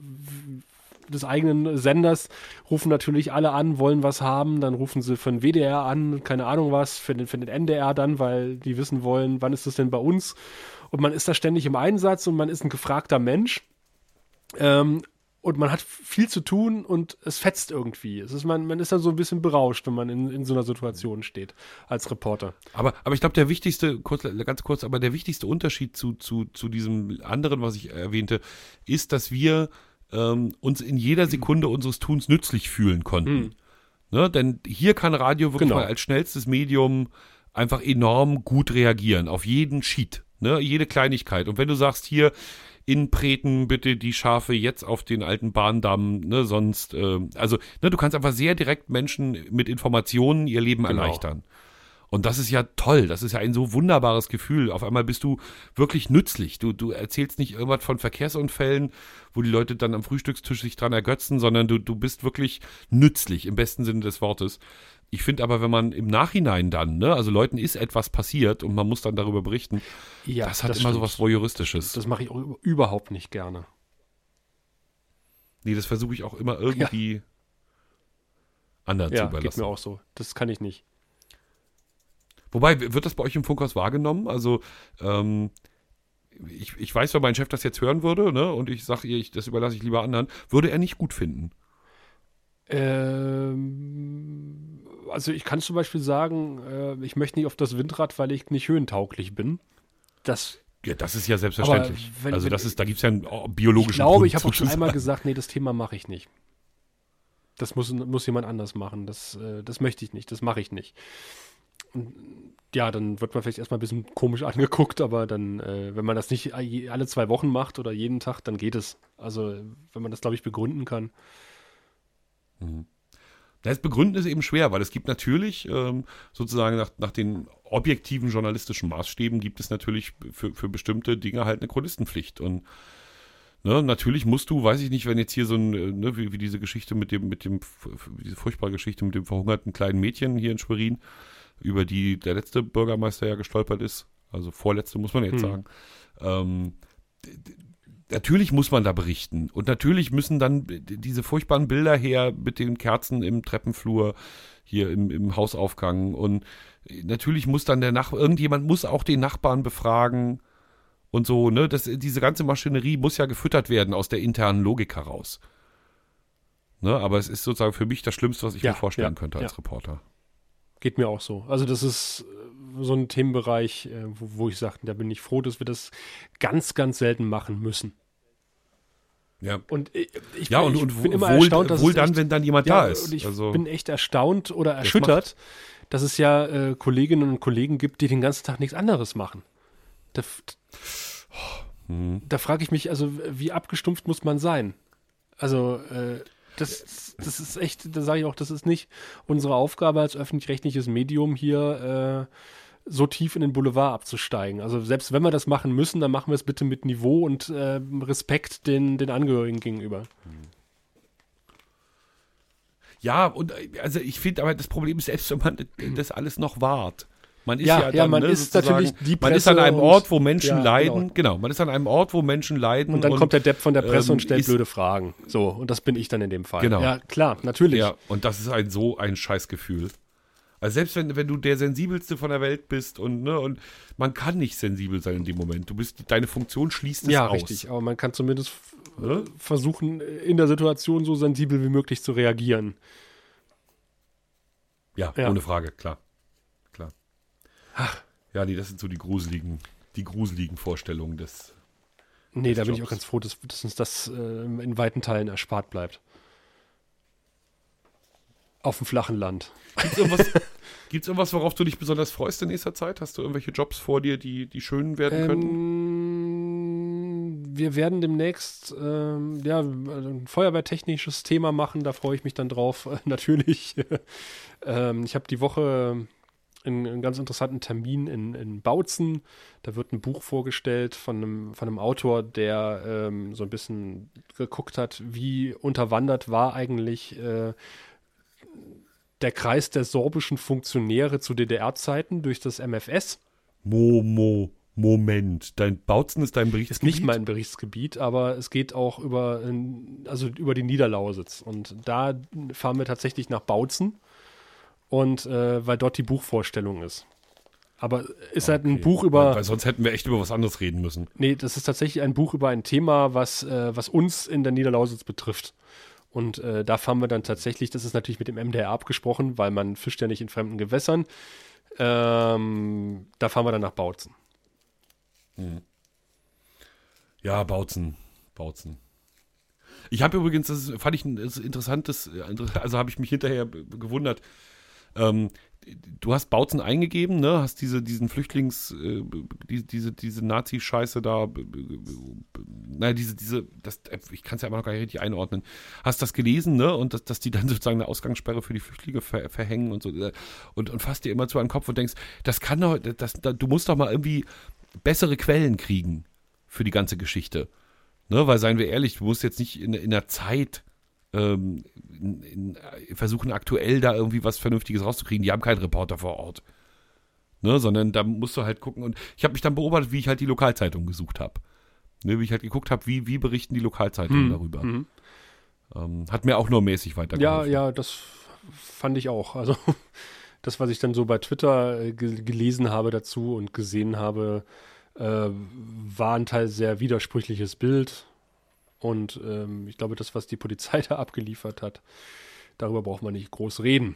des eigenen Senders rufen natürlich alle an, wollen was haben, dann rufen sie für den W D R an, keine Ahnung was, für den, für den N D R dann, weil die wissen wollen, wann ist das denn bei uns? Und man ist da ständig im Einsatz und man ist ein gefragter Mensch. Ähm, Und man hat viel zu tun und es fetzt irgendwie. Es ist, man, man ist dann so ein bisschen berauscht, wenn man in, in so einer Situation steht als Reporter. Aber, aber ich glaube, der wichtigste, kurz, ganz kurz, aber der wichtigste Unterschied zu, zu, zu diesem anderen, was ich erwähnte, ist, dass wir ähm, uns in jeder Sekunde unseres Tuns nützlich fühlen konnten. Hm. Ne? Denn hier kann Radio wirklich Genau. mal als schnellstes Medium einfach enorm gut reagieren auf jeden Cheat, ne? Jede Kleinigkeit. Und wenn du sagst, hier in Preten bitte die Schafe jetzt auf den alten Bahndamm, ne, sonst, äh, also, ne, du kannst einfach sehr direkt Menschen mit Informationen ihr Leben Genau. erleichtern. Und das ist ja toll, das ist ja ein so wunderbares Gefühl. Auf einmal bist du wirklich nützlich. Du, du erzählst nicht irgendwas von Verkehrsunfällen, wo die Leute dann am Frühstückstisch sich dran ergötzen, sondern du, du bist wirklich nützlich im besten Sinne des Wortes. Ich finde aber, wenn man im Nachhinein dann, ne, also Leuten ist etwas passiert und man muss dann darüber berichten, Ja, das hat das immer so stimmt. was Voyeuristisches. Das mache ich auch überhaupt nicht gerne. Nee, das versuche ich auch immer irgendwie anderen zu Ja, geht überlassen. mir auch so. Das kann ich nicht. Wobei, wird das bei euch im Funkhaus wahrgenommen? Also, ähm, ich, ich weiß, wenn mein Chef das jetzt hören würde, ne, und ich sage ihr, ich, das überlasse ich lieber anderen, würde er nicht gut finden. Ähm, also ich kann zum Beispiel sagen, äh, ich möchte nicht auf das Windrad, weil ich nicht höhentauglich bin. Das, Ja, das ist ja selbstverständlich. Aber wenn- also wenn- das ist, da gibt es ja einen oh, ich biologischen glaube, Grund ich habe auch schon sozusagen. einmal gesagt, nee, das Thema mache ich nicht. Das muss, muss jemand anders machen. Das, äh, das möchte ich nicht, das mache ich nicht. Und ja, dann wird man vielleicht erstmal ein bisschen komisch angeguckt, aber dann, äh, wenn man das nicht je- alle zwei Wochen macht oder jeden Tag, dann geht es. Also, wenn man das, glaube ich, begründen kann. Das Begründen ist eben schwer, weil es gibt natürlich ähm, sozusagen nach, nach den objektiven journalistischen Maßstäben gibt es natürlich für, für bestimmte Dinge halt eine Chronistenpflicht. Und ne, natürlich musst du, weiß ich nicht, wenn jetzt hier so ein, äh, ne, wie, wie diese Geschichte mit dem, mit dem, f- f- diese furchtbare Geschichte mit dem verhungerten kleinen Mädchen hier in Schwerin, über die der letzte Bürgermeister ja gestolpert ist, also vorletzte muss man jetzt Hm. sagen. Ähm, d- d- Natürlich muss man da berichten und natürlich müssen dann diese furchtbaren Bilder her mit den Kerzen im Treppenflur, hier im, im Hausaufgang und natürlich muss dann der Nach irgendjemand muss auch den Nachbarn befragen und so, ne, das, diese ganze Maschinerie muss ja gefüttert werden aus der internen Logik heraus. Ne, aber es ist sozusagen für mich das Schlimmste, was ich Ja, mir vorstellen ja, könnte als ja. Reporter. Geht mir auch so. Also das ist äh, so ein Themenbereich, äh, wo, wo ich sage, da bin ich froh, dass wir das ganz, ganz selten machen müssen. Ja, Und ich, ich, ja und, ich und bin immer wohl, erstaunt, dass wohl es dann, echt, wenn dann jemand ja, da ist. und ich also, bin echt erstaunt oder erschüttert, dass es ja äh, Kolleginnen und Kollegen gibt, die den ganzen Tag nichts anderes machen. Da, hm. da frage ich mich, also wie abgestumpft muss man sein? Also äh, das, das ist echt, da sage ich auch, das ist nicht unsere Aufgabe als öffentlich-rechtliches Medium hier äh, so tief in den Boulevard abzusteigen. Also selbst wenn wir das machen müssen, dann machen wir es bitte mit Niveau und äh, Respekt den, den Angehörigen gegenüber. Ja, und äh, also ich finde, aber das Problem ist, selbst wenn man das alles noch wahrt, Man ist Ja, ja, ja, dann, man ne, ist sozusagen- natürlich die Man ist an Presse einem und- Ort, wo Menschen ja, leiden. genau. Genau. man ist an einem Ort, wo Menschen leiden. Und dann kommt der Depp von der Presse ähm, und stellt ist- blöde Fragen. So, und das bin ich dann in dem Fall. Genau. Ja, klar, natürlich. Ja, und das ist ein so ein Scheißgefühl. Also selbst wenn, wenn du der sensibelste von der Welt bist und, ne, und man kann nicht sensibel sein in dem Moment. Du bist, deine Funktion schließt es Ja, aus. richtig. Aber man kann zumindest f- Ne? versuchen, in der Situation so sensibel wie möglich zu reagieren. Ja, Ja. ohne Frage, klar. Klar. Ja, nee, das sind so die gruseligen, die gruseligen Vorstellungen des. Nee, da bin ich Jobs. auch ganz froh, dass, dass uns das äh, in weiten Teilen erspart bleibt. Auf dem flachen Land. Gibt's irgendwas, gibt's irgendwas, worauf du dich besonders freust in nächster Zeit? Hast du irgendwelche Jobs vor dir, die, die schön werden könnten? Ähm, wir werden demnächst ähm, ja, ein feuerwehrtechnisches Thema machen, da freue ich mich dann drauf, äh, natürlich. ähm, ich habe die Woche einen, einen ganz interessanten Termin in, in Bautzen. Da wird ein Buch vorgestellt von einem, von einem Autor, der ähm, so ein bisschen geguckt hat, wie unterwandert war eigentlich äh, der Kreis der sorbischen Funktionäre zu D D R-Zeiten durch das M F S. Momo, Moment. Dein Bautzen ist dein Ist Berichtsgebiet? nicht mein Berichtsgebiet, aber es geht auch über, äh, also über die Niederlausitz. Und da fahren wir tatsächlich nach Bautzen. Und äh, weil dort die Buchvorstellung ist. Aber ist halt ein Okay. Buch über. Weil, weil sonst hätten wir echt über was anderes reden müssen. Nee, das ist tatsächlich ein Buch über ein Thema, was, äh, was uns in der Niederlausitz betrifft. Und äh, da fahren wir dann tatsächlich, das ist natürlich mit dem M D R abgesprochen, weil man fischt ja nicht in fremden Gewässern. Ähm, da fahren wir dann nach Bautzen. Ja, Bautzen. Bautzen. Ich habe übrigens, das ist, fand ich ein das ist interessantes, äh, inter- also habe ich mich hinterher b- gewundert. Ähm, du hast Bautzen eingegeben, ne? Hast diese, diesen Flüchtlings, äh, die, diese, diese Nazi-Scheiße da, b- b- b- naja, diese, diese, das, ich kann es ja immer noch gar nicht richtig einordnen. Hast das gelesen, ne? Und dass, dass die dann sozusagen eine Ausgangssperre für die Flüchtlinge ver, verhängen und so. äh, Und, und fasst dir immer zu an den Kopf und denkst, das kann doch, das, da, du musst doch mal irgendwie bessere Quellen kriegen für die ganze Geschichte. Ne, weil, seien wir ehrlich, du musst jetzt nicht in, in der Zeit ähm, in, in, versuchen, aktuell da irgendwie was Vernünftiges rauszukriegen. Die haben keinen Reporter vor Ort. Ne, sondern da musst du halt gucken. Und ich habe mich dann beobachtet, wie ich halt die Lokalzeitung gesucht habe. Ne, wie ich halt geguckt habe, wie, wie berichten die Lokalzeitungen Hm, darüber. mhm. Ähm, hat mir auch nur mäßig Ja, weitergeholfen. ja, das fand ich auch. Also das, was ich dann so bei Twitter äh, ge gelesen habe dazu und gesehen habe, äh, war ein Teil sehr widersprüchliches Bild. Und ähm, ich glaube, das, was die Polizei da abgeliefert hat, darüber braucht man nicht groß reden.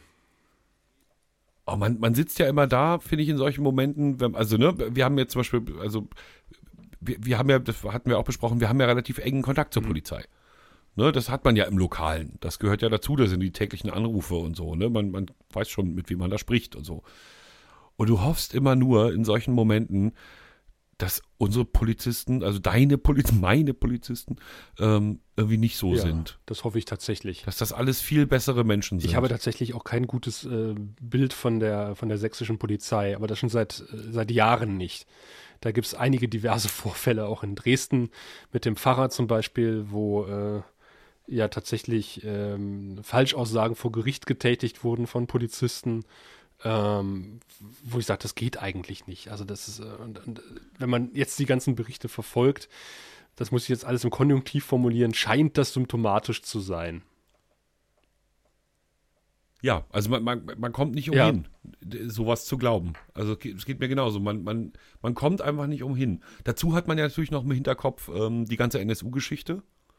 Oh, man, man sitzt ja immer da, finde ich, in solchen Momenten, wenn, also, ne, wir haben jetzt zum Beispiel, also, wir, wir haben ja, das hatten wir auch besprochen, wir haben ja relativ engen Kontakt zur Mhm. Polizei. Ne, das hat man ja im Lokalen. Das gehört ja dazu, das sind die täglichen Anrufe und so, ne, man, man weiß schon, mit wem man da spricht und so. Und du hoffst immer nur in solchen Momenten, dass unsere Polizisten, also deine Polizisten, meine Polizisten, ähm, irgendwie nicht so Ja, sind. das hoffe ich tatsächlich. Dass das alles viel bessere Menschen sind. Ich habe tatsächlich auch kein gutes äh, Bild von der, von der sächsischen Polizei, aber das schon seit, äh, seit Jahren nicht. Da gibt es einige diverse Vorfälle, auch in Dresden mit dem Pfarrer zum Beispiel, wo äh, ja tatsächlich ähm, Falschaussagen vor Gericht getätigt wurden von Polizisten, ähm, wo ich sage, das geht eigentlich nicht. Also das ist, äh, und, und, wenn man jetzt die ganzen Berichte verfolgt, das muss ich jetzt alles im Konjunktiv formulieren, scheint das symptomatisch zu sein. Ja, also man, man, man kommt nicht Ja. umhin, d- sowas zu glauben. Also es geht, es geht mir genauso. Man, man, man kommt einfach nicht umhin. Dazu hat man ja natürlich noch im Hinterkopf ähm, die ganze N S U-Geschichte.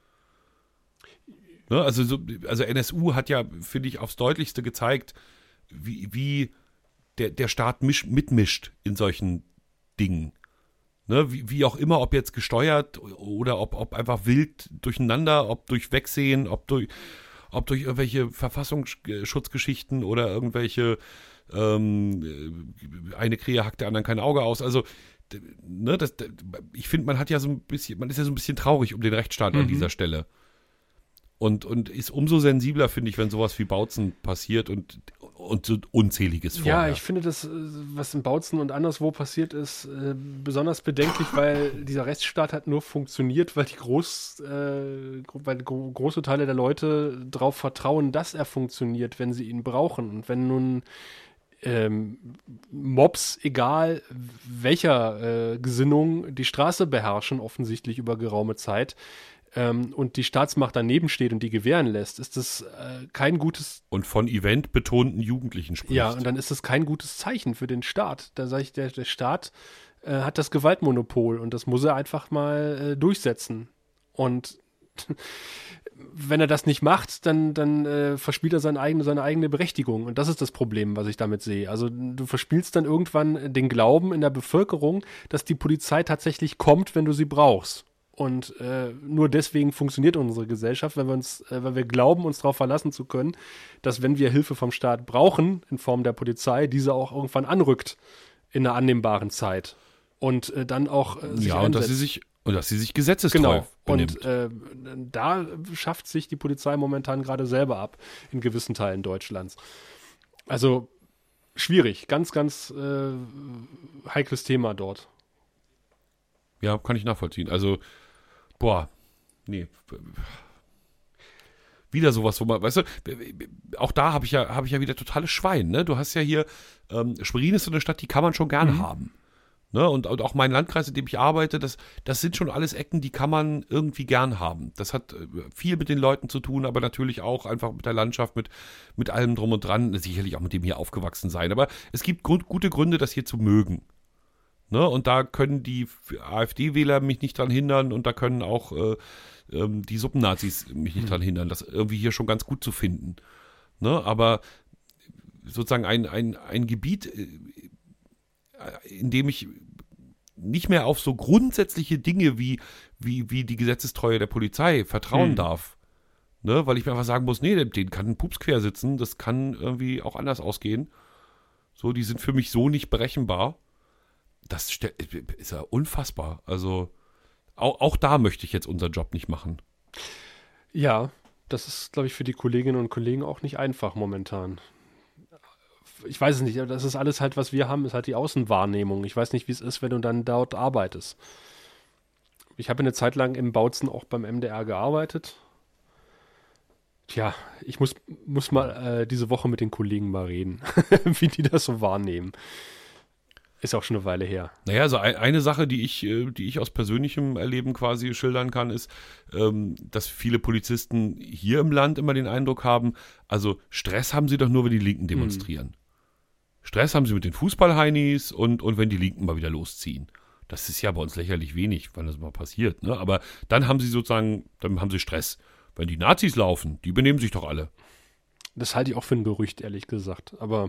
Ne? Also, so, also N S U hat ja, finde ich, aufs Deutlichste gezeigt, wie, wie der, der Staat misch, mitmischt in solchen Dingen. Ne? Wie, wie auch immer, ob jetzt gesteuert oder ob, ob einfach wild durcheinander, ob durch Wegsehen, ob durch... ob durch irgendwelche Verfassungsschutzgeschichten oder irgendwelche ähm, eine Krähe hackt der anderen kein Auge aus. Also, d- ne, das, d- ich finde, man hat ja so ein bisschen, man ist ja so ein bisschen traurig um den Rechtsstaat an Mhm. dieser Stelle. Und, und ist umso sensibler, finde ich, wenn sowas wie Bautzen passiert und, und so Unzähliges vorher. Ja, ich finde das, äh, was in Bautzen und anderswo passiert ist, äh, besonders bedenklich, weil dieser Rechtsstaat hat nur funktioniert, weil die groß, äh, gro- weil gro große Teile der Leute darauf vertrauen, dass er funktioniert, wenn sie ihn brauchen. Und wenn nun ähm, Mobs, egal welcher äh, Gesinnung, die Straße beherrschen, offensichtlich über geraume Zeit, ähm, und die Staatsmacht daneben steht und die gewähren lässt, ist das äh, kein gutes... Und von eventbetonten Jugendlichen spricht. Ja, und dann ist das kein gutes Zeichen für den Staat. Da sage ich, der, der Staat äh, hat das Gewaltmonopol und das muss er einfach mal äh, durchsetzen. Und wenn er das nicht macht, dann, dann äh, verspielt er seine eigene, seine eigene Berechtigung. Und das ist das Problem, was ich damit sehe. Also du verspielst dann irgendwann den Glauben in der Bevölkerung, dass die Polizei tatsächlich kommt, wenn du sie brauchst. Und äh, nur deswegen funktioniert unsere Gesellschaft, weil wir uns, äh, weil wir glauben, uns darauf verlassen zu können, dass wenn wir Hilfe vom Staat brauchen, in Form der Polizei, diese auch irgendwann anrückt in einer annehmbaren Zeit. Und äh, dann auch äh, sich Ja, und dass sie sich Und dass sie sich gesetzestreu genau. benimmt. Und äh, da schafft sich die Polizei momentan gerade selber ab, in gewissen Teilen Deutschlands. Also schwierig, ganz, ganz äh, heikles Thema dort. Ja, kann ich nachvollziehen. Also, boah, nee. Wieder sowas, wo man, weißt du, auch da habe ich ja, habe ich ja wieder totales Schwein, ne? Du hast ja hier, ähm, Schwerin ist so eine Stadt, die kann man schon gerne mhm. haben. Ne, und, und auch mein Landkreis, in dem ich arbeite, das, das sind schon alles Ecken, die kann man irgendwie gern haben. Das hat viel mit den Leuten zu tun, aber natürlich auch einfach mit der Landschaft, mit, mit allem drum und dran, sicherlich auch mit dem hier aufgewachsen sein. Aber es gibt Grund, gute Gründe, das hier zu mögen. Ne, und da können die AfD-Wähler mich nicht dran hindern und da können auch äh, ähm, die Suppennazis mich nicht hm. dran hindern, das irgendwie hier schon ganz gut zu finden. Ne, aber sozusagen ein, ein, ein Gebiet, in dem ich nicht mehr auf so grundsätzliche Dinge wie, wie, wie die Gesetzestreue der Polizei vertrauen hm. darf. Ne, weil ich mir einfach sagen muss, nee, den kann ein Pups quer sitzen, das kann irgendwie auch anders ausgehen. So, die sind für mich so nicht berechenbar. Das ist ja unfassbar. Also auch, auch da möchte ich jetzt unseren Job nicht machen. Ja, das ist, glaube ich, für die Kolleginnen und Kollegen auch nicht einfach momentan. Ich weiß es nicht, das ist alles halt, was wir haben, ist halt die Außenwahrnehmung. Ich weiß nicht, wie es ist, wenn du dann dort arbeitest. Ich habe eine Zeit lang im Bautzen auch beim M D R gearbeitet. Tja, ich muss, muss mal äh, diese Woche mit den Kollegen mal reden, wie die das so wahrnehmen. Ist auch schon eine Weile her. Naja, also ein, eine Sache, die ich, die ich aus persönlichem Erleben quasi schildern kann, ist, ähm, dass viele Polizisten hier im Land immer den Eindruck haben, also Stress haben sie doch nur, wenn die Linken demonstrieren. Hm. Stress haben sie mit den Fußballheinis und, und wenn die Linken mal wieder losziehen. Das ist ja bei uns lächerlich wenig, wenn das mal passiert. Ne? Aber dann haben sie sozusagen, dann haben sie Stress. Wenn die Nazis laufen, die benehmen sich doch alle. Das halte ich auch für ein Gerücht, ehrlich gesagt. Aber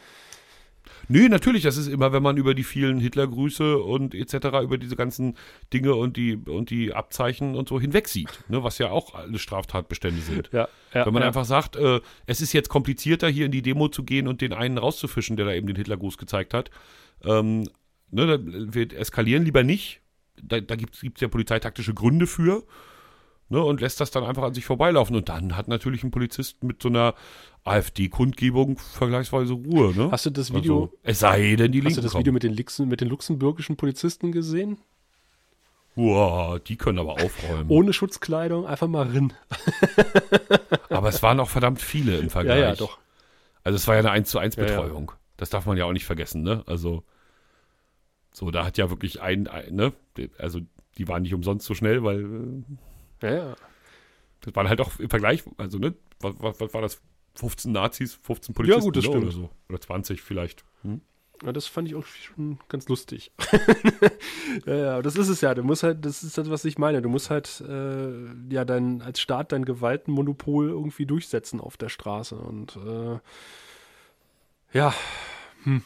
Nö, natürlich, das ist immer, wenn man über die vielen Hitlergrüße und et cetera, über diese ganzen Dinge und die, und die Abzeichen und so hinwegsieht, ne, was ja auch alle Straftatbestände sind. Ja, ja, wenn man ja. einfach sagt, äh, es ist jetzt komplizierter, hier in die Demo zu gehen und den einen rauszufischen, der da eben den Hitlergruß gezeigt hat. Ähm, ne, da wird eskalieren lieber nicht. Da, da gibt es ja polizeitaktische Gründe für. Ne, und lässt das dann einfach an sich vorbeilaufen. Und dann hat natürlich ein Polizist mit so einer AfD-Kundgebung vergleichsweise Ruhe. Ne? Hast du das Video? Also, es sei denn, die Linken Hast du das kommen. Video mit den, Lixen, mit den luxemburgischen Polizisten gesehen? Wow, die können aber aufräumen. Ohne Schutzkleidung, einfach mal rin. Aber es waren auch verdammt viele im Vergleich. Ja, ja, doch. Also es war ja eine eins zu eins Betreuung. Ja, ja. Das darf man ja auch nicht vergessen, ne? Also so, da hat ja wirklich ein, ein ne? Also die waren nicht umsonst so schnell, weil Ja, ja. Das waren halt auch im Vergleich, also ne, was, was, was war das? fünfzehn Nazis, fünfzehn Polizisten, ja, gut, das oder, stimmt. oder so. Oder zwanzig vielleicht. Hm? Ja, das fand ich auch schon ganz lustig. ja, ja, das ist es ja. Du musst halt, das ist das, was ich meine. Du musst halt äh, ja dein, als Staat dein Gewaltenmonopol irgendwie durchsetzen auf der Straße. Und äh, ja. Hm.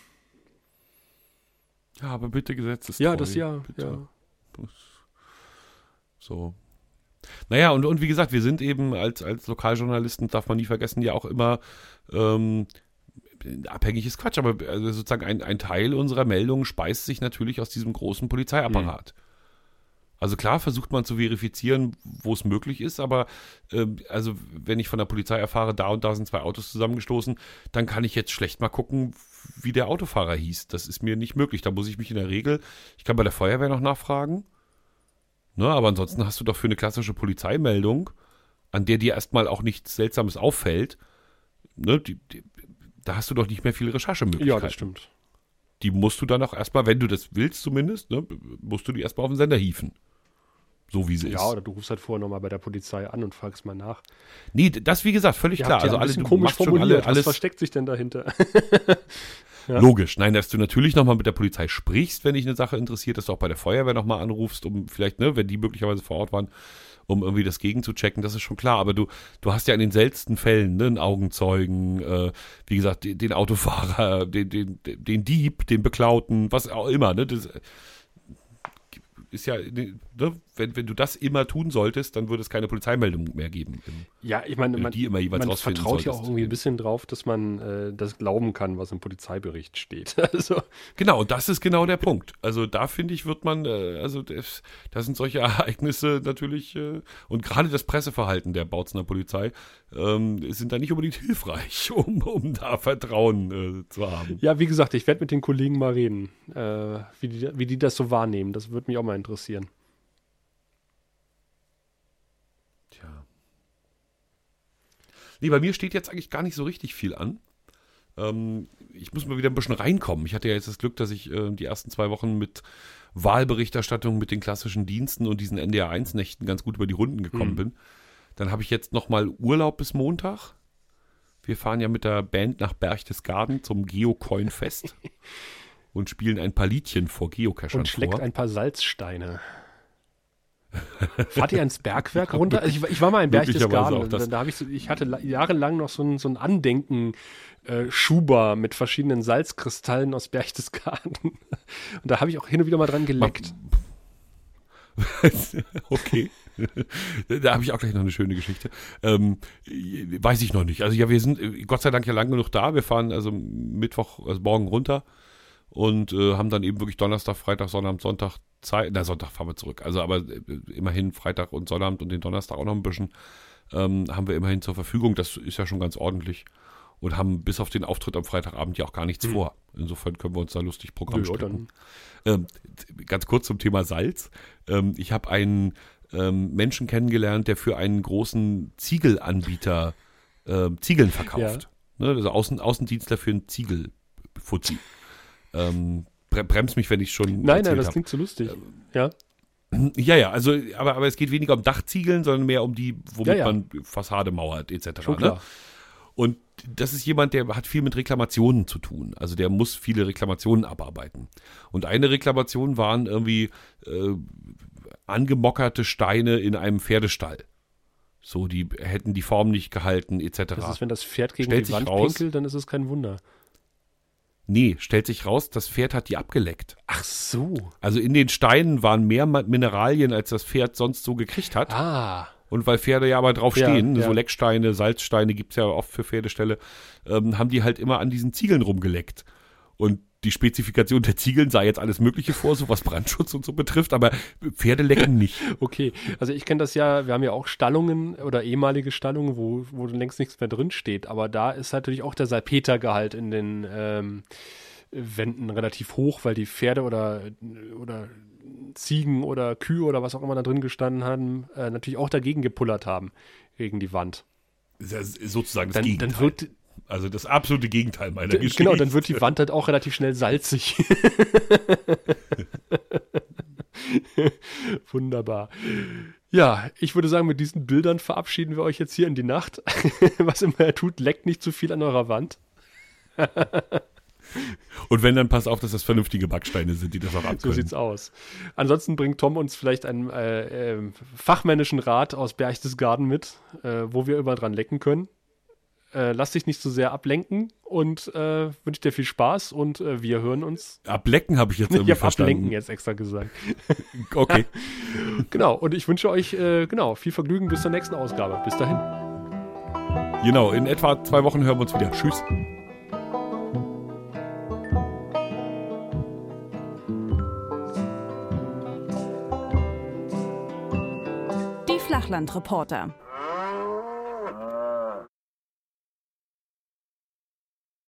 Ja, aber bitte gesetzestreu. Ja, das ja. Bitte. ja. So. Naja, und, und wie gesagt, wir sind eben als, als Lokaljournalisten, darf man nie vergessen, ja auch immer ähm, abhängig ist Quatsch, aber also sozusagen ein, ein Teil unserer Meldungen speist sich natürlich aus diesem großen Polizeiapparat. Mhm. Also klar versucht man zu verifizieren, wo es möglich ist, aber äh, also wenn ich von der Polizei erfahre, da und da sind zwei Autos zusammengestoßen, dann kann ich jetzt schlecht mal gucken, wie der Autofahrer hieß. Das ist mir nicht möglich. Da muss ich mich in der Regel, ich kann bei der Feuerwehr noch nachfragen. Ne, aber ansonsten hast du doch für eine klassische Polizeimeldung, an der dir erstmal auch nichts Seltsames auffällt, ne, die, die, da hast du doch nicht mehr viele Recherchemöglichkeiten. Ja, das stimmt. Die musst du dann auch erstmal, wenn du das willst zumindest, ne, musst du die erstmal auf den Sender hieven. So wie sie Ja, ist. oder du rufst halt vorher nochmal bei der Polizei an und fragst mal nach. Nee, das wie gesagt, völlig Ihr klar. habt ja Also ein alle, bisschen du komisch machst schon formuliert. alle, alles. Was versteckt sich denn dahinter? Ja. Logisch. Nein, dass du natürlich nochmal mit der Polizei sprichst, wenn dich eine Sache interessiert, dass du auch bei der Feuerwehr nochmal anrufst, um vielleicht, ne, wenn die möglicherweise vor Ort waren, um irgendwie das gegenzuchecken, das ist schon klar. Aber du, du hast ja in den seltensten Fällen ne, einen Augenzeugen, äh, wie gesagt, den, den Autofahrer, den, den, den Dieb, den Beklauten, was auch immer. Ne, das ist ja, ne, wenn, wenn du das immer tun solltest, dann würde es keine Polizeimeldung mehr geben. Ja, ich meine, man, die immer jeweils man rausfinden vertraut ja solltest. auch irgendwie ein bisschen drauf, dass man äh, das glauben kann, was im Polizeibericht steht. Also, Genau, und das ist genau der Punkt. Also da finde ich, wird man, äh, also das, das sind solche Ereignisse natürlich, äh, und gerade das Presseverhalten der Bautzener Polizei ähm, sind da nicht unbedingt hilfreich, um, um da Vertrauen äh, zu haben. ja, wie gesagt, ich werde mit den Kollegen mal reden, äh, wie, die, wie die das so wahrnehmen. Das würde mich auch mal interessieren. Tja. Nee, bei mir steht jetzt eigentlich gar nicht so richtig viel an. Ähm, ich muss mal wieder ein bisschen reinkommen. Ich hatte ja jetzt das Glück, dass ich äh, die ersten zwei Wochen mit Wahlberichterstattung, mit den klassischen Diensten und diesen N D R eins Nächten ganz gut über die Runden gekommen Mhm. bin. Dann habe ich jetzt nochmal Urlaub bis Montag. Wir fahren ja mit der Band nach Berchtesgaden zum Geocoin-Fest und spielen ein paar Liedchen vor Geocachern Und schlägt vor. ein paar Salzsteine. Fahrt ihr ins Bergwerk runter? Also ich, war- ich war mal in Möglicherweise Berchtesgaden. auch und das. Da, da habe ich so, ich hatte la- jahrelang noch so ein, so ein Andenken äh, Schuber mit verschiedenen Salzkristallen aus Berchtesgaden. Und da habe ich auch hin und wieder mal dran geleckt. Okay. Da habe ich auch gleich noch eine schöne Geschichte. Ähm, weiß ich noch nicht. Also ja, wir sind äh, Gott sei Dank ja lang genug da. Wir fahren also Mittwoch, also morgen runter und äh, haben dann eben wirklich Donnerstag, Freitag, Sonnabend, Sonntag Zeit. Na, Sonntag fahren wir zurück. Also aber äh, immerhin Freitag und Sonnabend und den Donnerstag auch noch ein bisschen ähm, haben wir immerhin zur Verfügung. Das ist ja schon ganz ordentlich. Und haben bis auf den Auftritt am Freitagabend ja auch gar nichts Hm. vor. Insofern können wir uns da lustig Programm Ja, stricken. dann, Ähm, ganz kurz zum Thema Salz. Ähm, ich habe einen ähm, Menschen kennengelernt, der für einen großen Ziegelanbieter äh, Ziegeln verkauft. Ne, also Außen, Außendienstler für einen Ziegelfuzzi. Ähm, bre bremst mich, wenn ich schon nein, nein, erzählt das hab. klingt so lustig. Ja, Ja, ja, also, aber, aber es geht weniger um Dachziegeln, sondern mehr um die, womit Ja, ja. man Fassade mauert, et cetera. schon Ne? klar. Und das ist jemand, der hat viel mit Reklamationen zu tun. Also der muss viele Reklamationen abarbeiten. Und eine Reklamation waren irgendwie äh, angemockerte Steine in einem Pferdestall. So, die hätten die Form nicht gehalten, et cetera. Das ist, wenn das Pferd gegen Stellt die sich Wand raus- pinkelt, dann ist es kein Wunder. Nee, stellt sich raus, das Pferd hat die abgeleckt. Ach so. Also in den Steinen waren mehr Ma- Mineralien, als das Pferd sonst so gekriegt hat. Ah, Und weil Pferde ja aber drauf Ja, stehen, ja. so Lecksteine, Salzsteine gibt's ja oft für Pferdeställe, ähm, haben die halt immer an diesen Ziegeln rumgeleckt. Und die Spezifikation der Ziegeln sah jetzt alles Mögliche vor, so was Brandschutz und so betrifft, aber Pferde lecken nicht. okay. Also ich kenne das ja, wir haben ja auch Stallungen oder ehemalige Stallungen, wo, wo längst nichts mehr drin steht. Aber da ist natürlich auch der Salpetergehalt in den ähm, Wänden relativ hoch, weil die Pferde oder, oder Ziegen oder Kühe oder was auch immer da drin gestanden haben, äh, natürlich auch dagegen gepullert haben, gegen die Wand. Das ist sozusagen das Dann, Gegenteil. dann wird, also das absolute Gegenteil meiner d- Geschichte. genau, dann wird die Wand halt auch relativ schnell salzig. Wunderbar. Ja, ich würde sagen, mit diesen Bildern verabschieden wir euch jetzt hier in die Nacht. Was immer ihr tut, leckt nicht zu viel an eurer Wand. Und wenn, dann passt auf, dass das vernünftige Backsteine sind, die das auch So abkönnen. sieht's aus. Ansonsten bringt Tom uns vielleicht einen äh, äh, fachmännischen Rat aus Berchtesgaden mit, äh, wo wir überall dran lecken können. Äh, lass dich nicht zu sehr ablenken und äh, wünsche dir viel Spaß und äh, wir hören uns. Ablecken habe ich jetzt Ich irgendwie habe ablenken verstanden. jetzt extra gesagt. Okay. Genau, und ich wünsche euch äh, genau viel Vergnügen bis zur nächsten Ausgabe. Bis dahin. Genau, in etwa zwei Wochen hören wir uns wieder. Tschüss. Die Flachlandreporter.